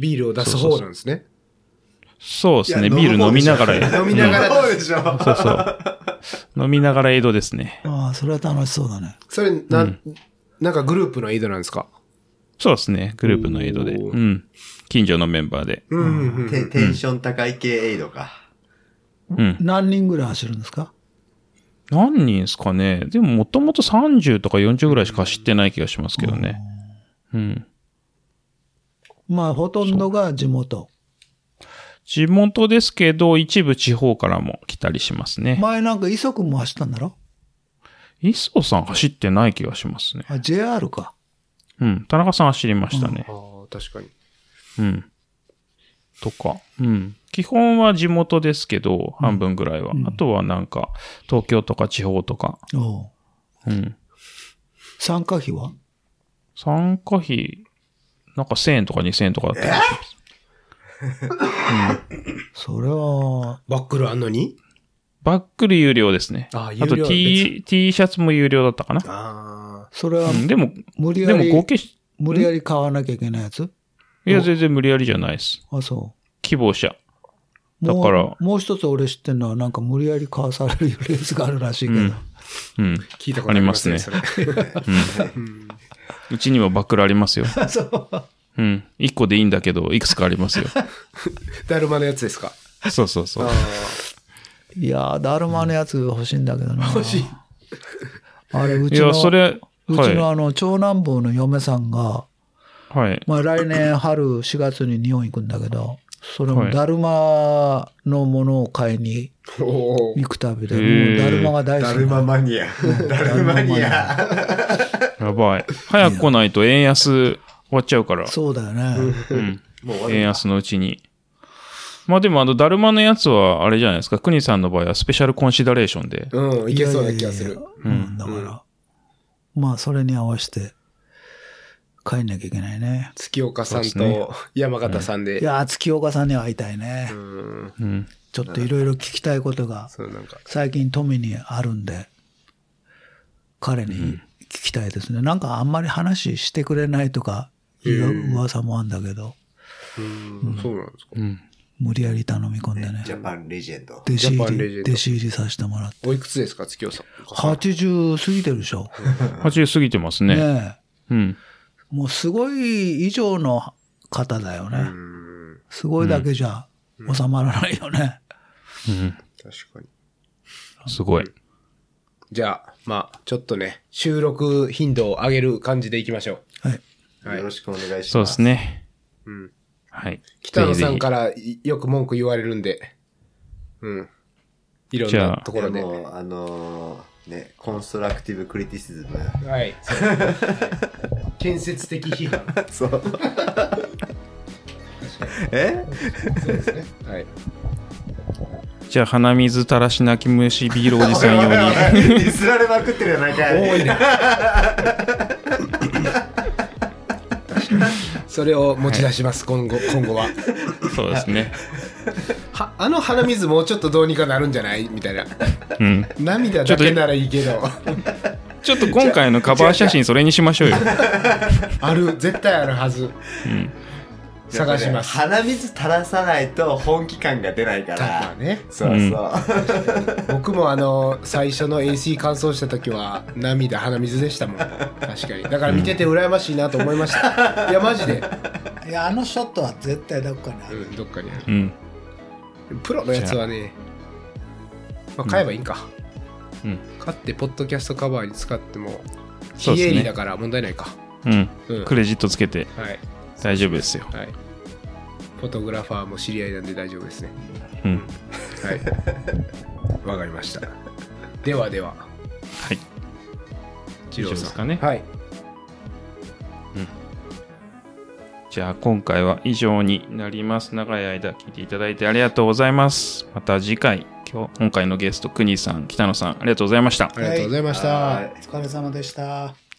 S1: ビールを出す方なんですね。
S4: そうですね。ビール飲みながら。
S1: 飲みながら。
S2: そうでしょ。
S4: そうそう。飲みながらエイドですね。
S3: ああ、それは楽しそうだね。
S1: それ、な、うん、なんかグループのエイドなんですか？
S4: そうですね。グループのエイドで。うん。近所のメンバーで。
S2: うんうんうん、テ, テンション高い系エイドか。
S3: うん。何人ぐらい走るんですか？
S4: 何人ですかね。でももともとさんじゅうとかよんじゅうぐらいしか走ってない気がしますけどね。うん。
S3: まあ、ほとんどが地元。
S4: 地元ですけど、一部地方からも来たりしますね。
S3: 前なんか磯君も走ったんだろ？
S4: 磯さん走ってない気がしますね。
S3: あ、ジェイアール か。
S4: うん。田中さん走りましたね。
S1: うん、ああ、確かに。
S4: うん。とか。うん。基本は地元ですけど、半分ぐらいは。うん、あとはなんか、東京とか地方とか。
S3: おう。うん。参加費は？
S4: 参加費、なんかせんえんとかにせんえんとかだったりします。
S3: うん、それは、
S1: バックルあんのに？
S4: バックル有料ですね。
S1: ああ、
S4: 有料。あと T、T シャツも有料だったかな。
S1: ああ。
S3: それは、うん、
S4: でも、
S3: 無理やり、
S4: でも合計し、
S3: 無理やり買わなきゃいけないやつ？
S4: いや、全然無理やりじゃないです。
S3: あ、そう。
S4: 希望者。だから。
S3: もう一つ俺知ってるのは、なんか無理やり買わされるレースがあるらしいけど。うん。
S4: うん、
S1: 聞いたことありますね。
S4: ありますね。うん。うちにもバックルありますよ。
S3: そう。
S4: うん。一個でいいんだけど、いくつかありますよ。
S1: だるまのやつですか？
S4: そうそうそう。
S3: いやー、だるまのやつ欲しいんだけどな。
S1: 欲しい。
S3: あれ、うちの、
S4: いや、それ、
S3: うちのあの、長男坊の嫁さんが、
S4: はい。
S3: まあ来年春しがつに日本行くんだけど、それもだるまのものを買いに行く旅で、もうだるまが大好き。
S2: だるまマニア。だるまマニア。
S4: やばい。早く来ないと円安終わっちゃうから。
S3: そうだよね。
S4: うん。円安のうちに。まあでもあの、だるまのやつはあれじゃないですか。国さんの場合はスペシャルコンシダレーションで。
S1: うん、いけそうな気がする。
S3: いやいやいやうん、だから、うん、まあそれに合わせて帰んなきゃいけないね。
S1: 月岡さんと山形さんで。
S3: うん、いや、月岡さんには会いたいね。
S1: うん。
S3: うん、ちょっといろいろ聞きたいことが、最近富にあるんで、彼に聞きたいですね。うん、なんかあんまり話してくれないとかいう噂もあるんだけど。
S1: うん、そうなんですか。
S4: うん。
S3: 無理やり頼み込んでね。
S2: ジャパンレジェンド。
S3: 弟子入り、弟子入りさせてもらって。
S1: おいくつですか、月尾さん。
S3: はちじゅう過ぎてるでしょ。
S4: はちじゅう過ぎてますね。
S3: ね
S4: え。うん。
S3: もうすごい以上の方だよね。すごいだけじゃ収まらないよね。
S4: うん。うん、
S1: 確かに。
S4: すごい。
S1: じゃあ、まあ、ちょっとね、収録頻度を上げる感じでいきましょ
S3: う。はい。
S2: はい、よろしくお願いします。
S4: そうですね。
S1: うん。
S4: はい。
S1: 北野さんからよく文句言われるんで、うん。いろんなところで。
S2: もう、あのー、ね、コンストラクティブクリティシズム。
S1: はい。建設的批判。
S2: そう。え？
S1: そうですね。はい。
S4: じゃあ、鼻水垂らし泣き虫ビールおじさん用に。
S2: ディスられまくってるじゃないかい。
S1: 多いね。それを持ち出します、はい、今後、今後は。
S4: そうですね。
S1: は、あの鼻水もうちょっとどうにかなるんじゃないみたいな。
S4: うん。
S1: 涙だけならいいけど。
S4: ちょっと今回のカバー写真それにしましょうよ。
S1: ある、絶対あるはず。うん。探します、
S2: ね、鼻水垂らさないと本気感が出ないから。
S1: まあね。
S2: そうそう。うん、
S1: 僕もあの最初の エーシー 完走した時は涙鼻水でしたもん。確かに。だから見てて羨ましいなと思いました。うん、いやマジで。
S3: いやあのショットは絶対どっかにある。
S1: うん、どっかにある。
S4: うん。
S1: プロのやつはね、まあ、買えばいいんか。
S4: うん。
S1: 買ってポッドキャストカバーに使っても非営利だから問題ないか。
S4: うん。うん、クレジットつけて。
S1: はい。
S4: 大丈夫ですよ。
S1: はい。フォトグラファーも知り合いなんで大丈夫ですね。
S4: うん。
S1: はい。わかりました。ではでは。
S4: はい。
S1: 以上
S4: ですかね。
S1: はい。
S4: うん。じゃあ今回は以上になります。長い間聞いていただいてありがとうございます。また次回、今日今回のゲスト、国さん、北野さん、ありがとうございました。
S1: ありがとうございました。
S3: お疲れ様でした。